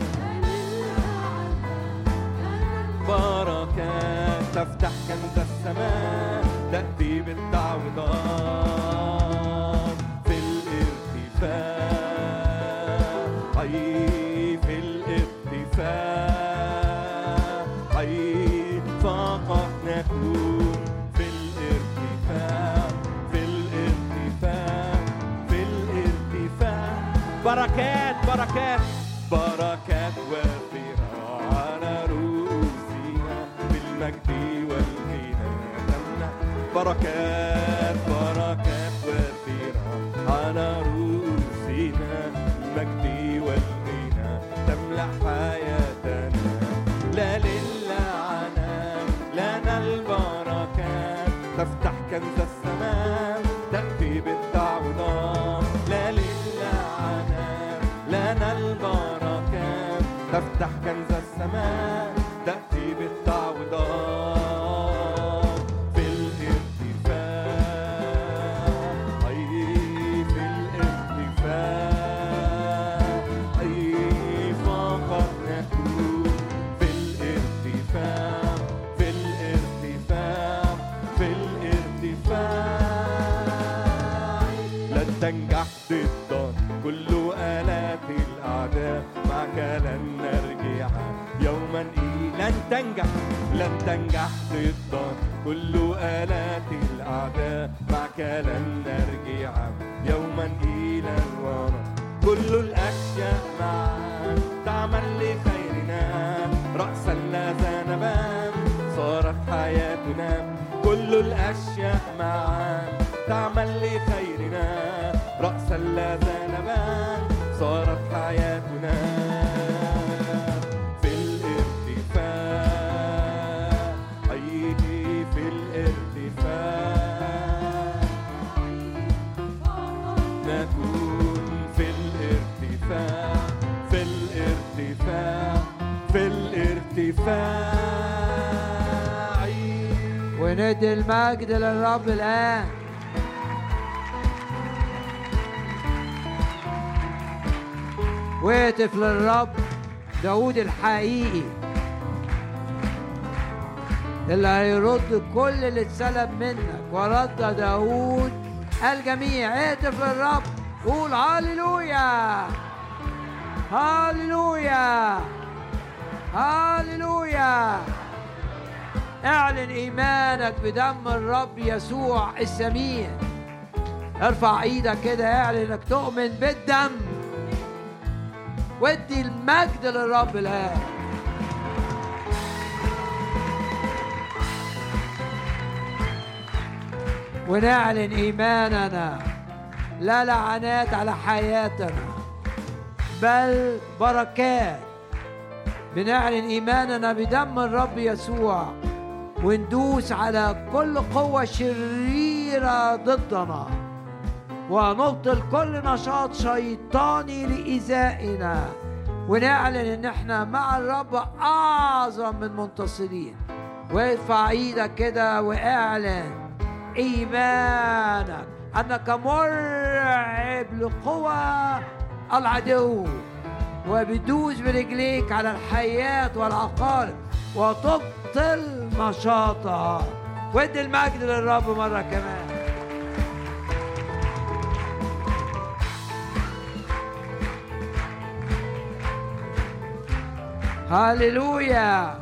بركات تفتح كنز السماء تأتي بالتعويضات في الارتفاع أي في الارتفاع أي فقط نكون في الارتفاع في الارتفاع في الارتفاع بركات بركات بركات وافرة على رؤوسنا بالمجد والغنى تملأ بركات بركات وافرة على رؤوسنا بالمجد والغنى تملأ حياتنا لا للعنة لنا البركات تفتح كنز السماء تأتي بالتعويضات لا للعنة لنا البركات تفتح كنز السماء تأتي بالتعويضات في الارتفاع أي في الارتفاع أي فقط نكون في الارتفاع في الارتفاع في الارتفاع لن تنجح ضد كل آلات الأعداء معك لن نرجع يوما إيه لن تنجح لن تنجح ضد كل آلات الأعداء معك لن نرجع يوما إلى الوراء كل الأشياء معا تعمل لخيرنا رأسا لا ذنبا صارت حياتنا كل الأشياء معا تعمل لخيرنا رأسا لا ذنبا صارت حياتنا في الارتفاع أي في الارتفاع نكون في الارتفاع في الارتفاع في الارتفاع وندي المجد للرب الآن. وهتف للرب داود الحقيقي اللي هيرد كل اللي اتسلب منك، ورد داود الجميع. اهتف للرب قول هاليلويا هاليلويا هاليلويا. اعلن ايمانك بدم الرب يسوع الثمين. ارفع ايدك كده اعلن انك تؤمن بالدم، وادي المجد للرب الآن. ونعلن إيماننا لا لعنات على حياتنا بل بركات. بنعلن إيماننا بدم الرب يسوع وندوس على كل قوة شريرة ضدنا ونبطل كل نشاط شيطاني لإيذائنا، ونعلن ان احنا مع الرب اعظم من منتصرين. وارفع ايدك كده واعلن ايمانك انك مرعب لقوى العدو وبدوس برجليك على الحيات والعقارب وتبطل نشاطها. وادي المجد للرب مرة كمان. هاليلويا.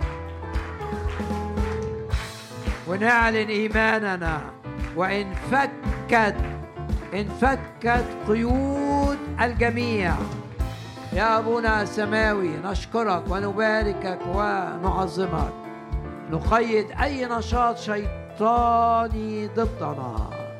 ونعلن إيماننا وإن فكت إن فكت قيود الجميع يا أبونا السماوي نشكرك ونباركك ونعظمك. نقيد أي نشاط شيطاني ضدنا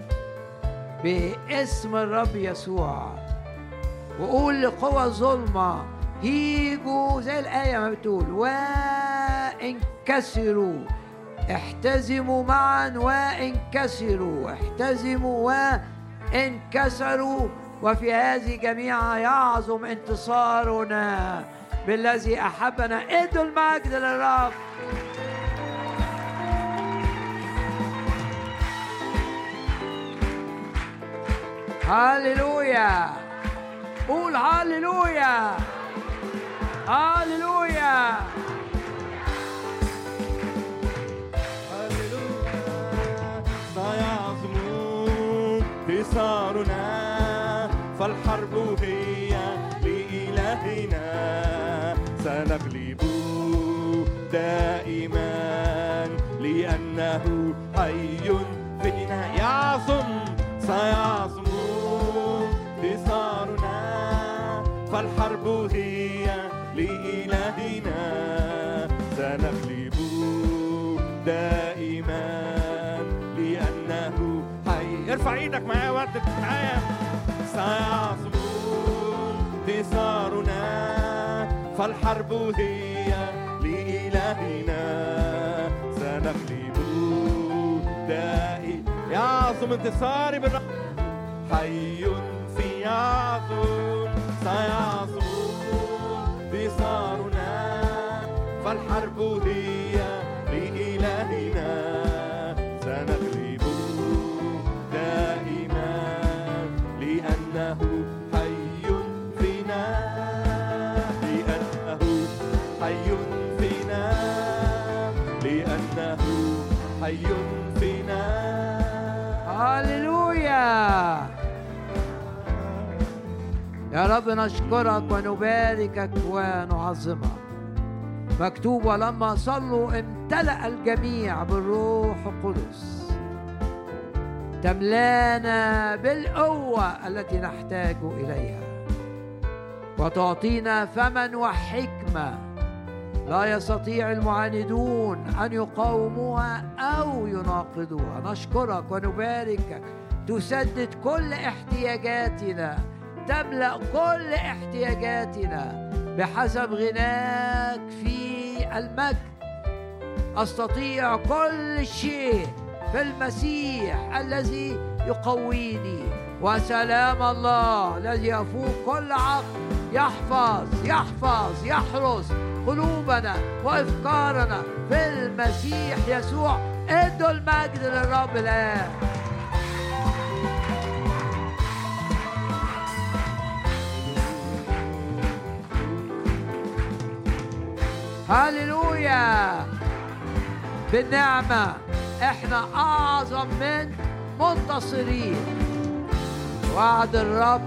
باسم الرب يسوع، وقول لقوى الظلمة هيجوا زي الآية ما بتقول وانكسروا. احتزموا معا وانكسروا، احتزموا وانكسروا، وفي هذه جميعا يعظم انتصارنا بالذي أحبنا. ادوا المجد للرب. هاليلويا. قول هاليلويا هاليلويا. سيعظم انتصارنا فالحرب هي لإلهنا. سنغلب دائما لأنه حي فينا. يعظم سيعظم انتصارنا فالحرب هي لإلهنا. سنغلب دائما لأنه حي. ارفع ايدك معايا وردد معايا. سيعظم انتصارنا فالحرب هي لإلهنا. سنغلب دائما. يعظم انتصاري بالرب. حي في يعظم سيعظم انتصارنا فالحرب هي لإلهنا. سنغلب دائما لأنه حي فينا. لأنه حي فينا. لأنه حي فينا. هاليلويا. يا رب نشكرك ونباركك ونعظمك. مكتوب ولما صلوا امتلأ الجميع بالروح القدس. تملانا بالقوة التي نحتاج إليها وتعطينا فما وحكمة لا يستطيع المعاندون أن يقاوموها أو يناقضوها. نشكرك ونباركك. تسدد كل احتياجاتنا، تملأ كل احتياجاتنا بحسب غناك في المجد. أستطيع كل شيء في المسيح الذي يقويني. وسلام الله الذي يفوق كل عقل يحفظ يحفظ يحرس قلوبنا وأفكارنا في المسيح يسوع. ادوا المجد للرب الآن. هاليلويا. بالنعمة احنا أعظم من منتصرين. وعد الرب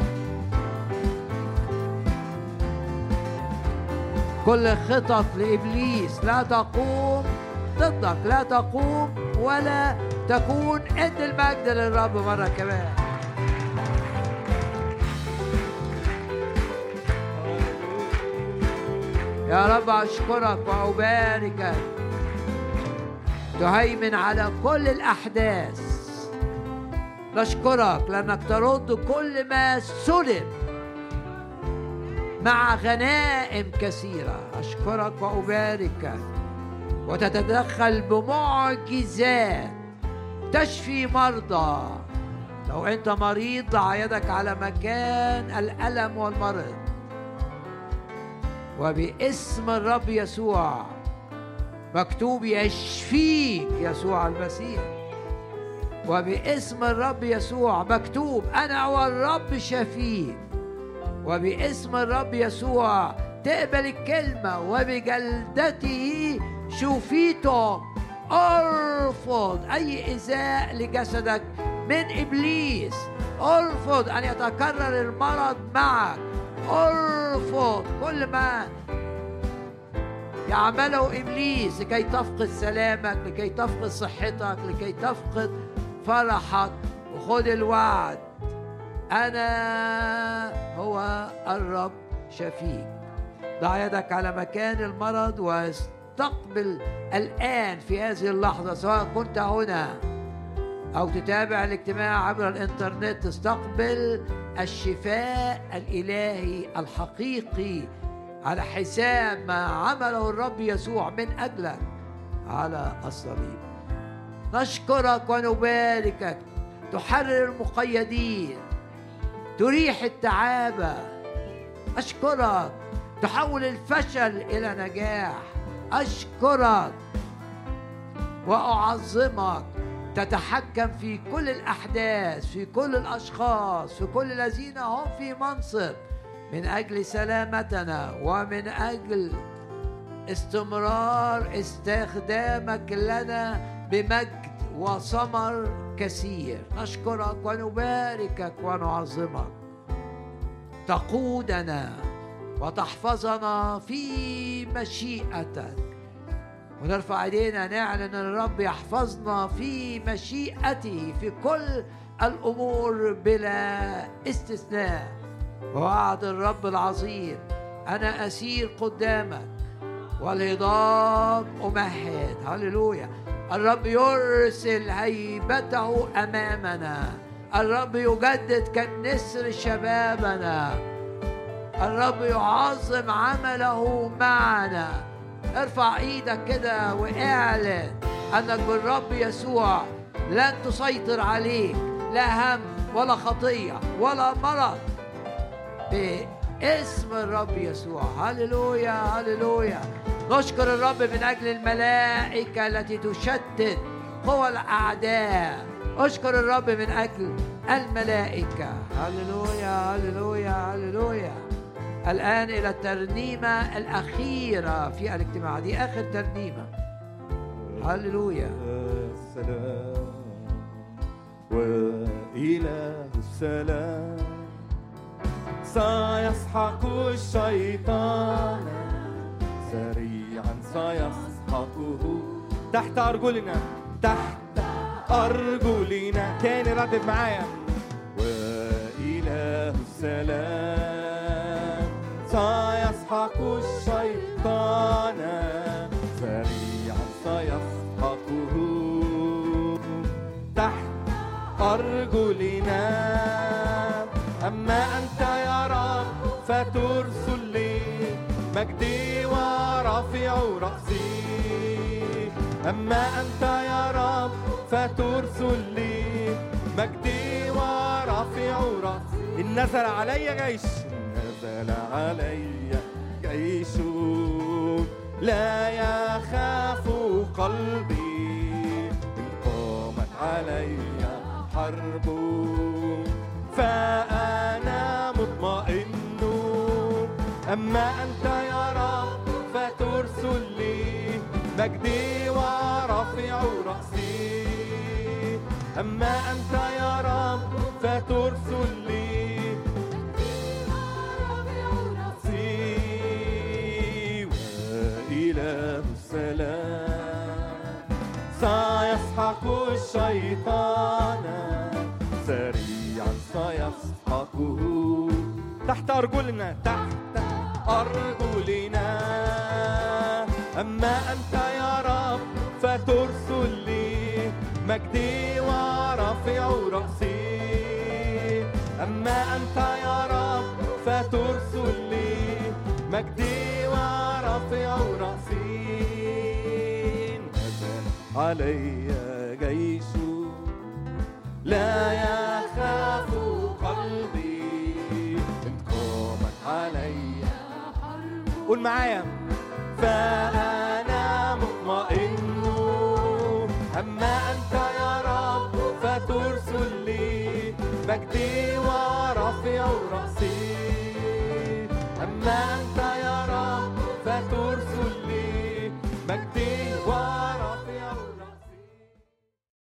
كل خطط لإبليس لا تقوم ضدك، لا تقوم ولا تكون. اد المجد للرب مرة كمان. يا رب أشكرك وأباركك. تهيمن على كل الأحداث. نشكرك لأنك ترد كل ما سلب مع غنائم كثيرة. أشكرك وأباركك. وتتدخل بمعجزات تشفي مرضى. لو أنت مريض ضع يدك على مكان الألم والمرض وباسم الرب يسوع. مكتوب يشفيك يسوع المسيح. وباسم الرب يسوع مكتوب أنا والرب شفيك. وباسم الرب يسوع تقبل الكلمة، وبجلدته شوفيتم. ارفض أي إيذاء لجسدك من إبليس، ارفض أن يتكرر المرض معك، ارفض كل ما يعمله إبليس لكي تفقد سلامك، لكي تفقد صحتك، لكي تفقد فرحك. وخذ الوعد، أنا هو الرب شفيك. ضع يدك على مكان المرض واستقبل الآن في هذه اللحظة، سواء كنت هنا أو تتابع الاجتماع عبر الإنترنت، تستقبل الشفاء الإلهي الحقيقي على حساب ما عمله الرب يسوع من أجلك على الصليب. نشكرك ونباركك، تحرر المقيدين، تريح التعابة. أشكرك، تحول الفشل إلى نجاح. أشكرك وأعظمك، تتحكم في كل الأحداث، في كل الأشخاص، في كل الذين هم في منصب، من أجل سلامتنا ومن أجل استمرار استخدامك لنا بمجد وثمر كثير. نشكرك ونباركك ونعظمك، تقودنا وتحفظنا في مشيئتك، ونرفع ايدينا نعلن ان الرب يحفظنا في مشيئته في كل الامور بلا استثناء. ووعد الرب العظيم، انا اسير قدامك والهضاب امهد. هللويا. الرب يرسل هيبته امامنا، الرب يجدد كالنسر شبابنا، الرب يعظم عمله معنا. ارفع ايدك كده واعلن انك بالرب يسوع لن تسيطر عليك لا هم ولا خطية ولا مرض، باسم الرب يسوع. هللويا هللويا. نشكر الرب من أجل الملائكة التي تشتت قوى الأعداء. أشكر الرب من أجل الملائكة. هللويا هللويا هللويا. الآن إلى الترنيمة الأخيرة في الاجتماع، دي آخر ترنيمة. هللويا. السلام وإله السلام سيسحق الشيطان، سريعا سيسحقه تحت أرجلنا، تحت أرجلنا. تاني ردد معايا. وإله السلام سيسحق الشيطان، سريعا سيسحقه تحت أرجلنا. أما أنت يا رب فترسل لي مجدي ورافع رأسي. أما أنت يا رب فترسل لي مجدي ورافع رأسي. إن نزل علي جيش، نزل علي جيش لا يخاف قلبي. إن قامت علي حرب فأنا مطمئن. أما أنت يا رب فترسل لي مجدي ورافع رأسي. أما أنت يا رب فترسل لي مجدي ورافع رأسي. وإله السلام سيسحق الشيطان، سريعا سيسحقه تحت أرجلنا، تحت أرجلنا. أما أنت يا رب فترسل لي مجدي ورافع رأسي. أما أنت يا رب فترسل لي مجدي ورافع رأسي. نزل علي جيش لا يخاف قلبي. إن قامت علي قول معايا فأنا مطمئن. أما أنت يا رب فترسل لي مجدي ورافع رأسي. أما أنت يا رب فترسل لي مجد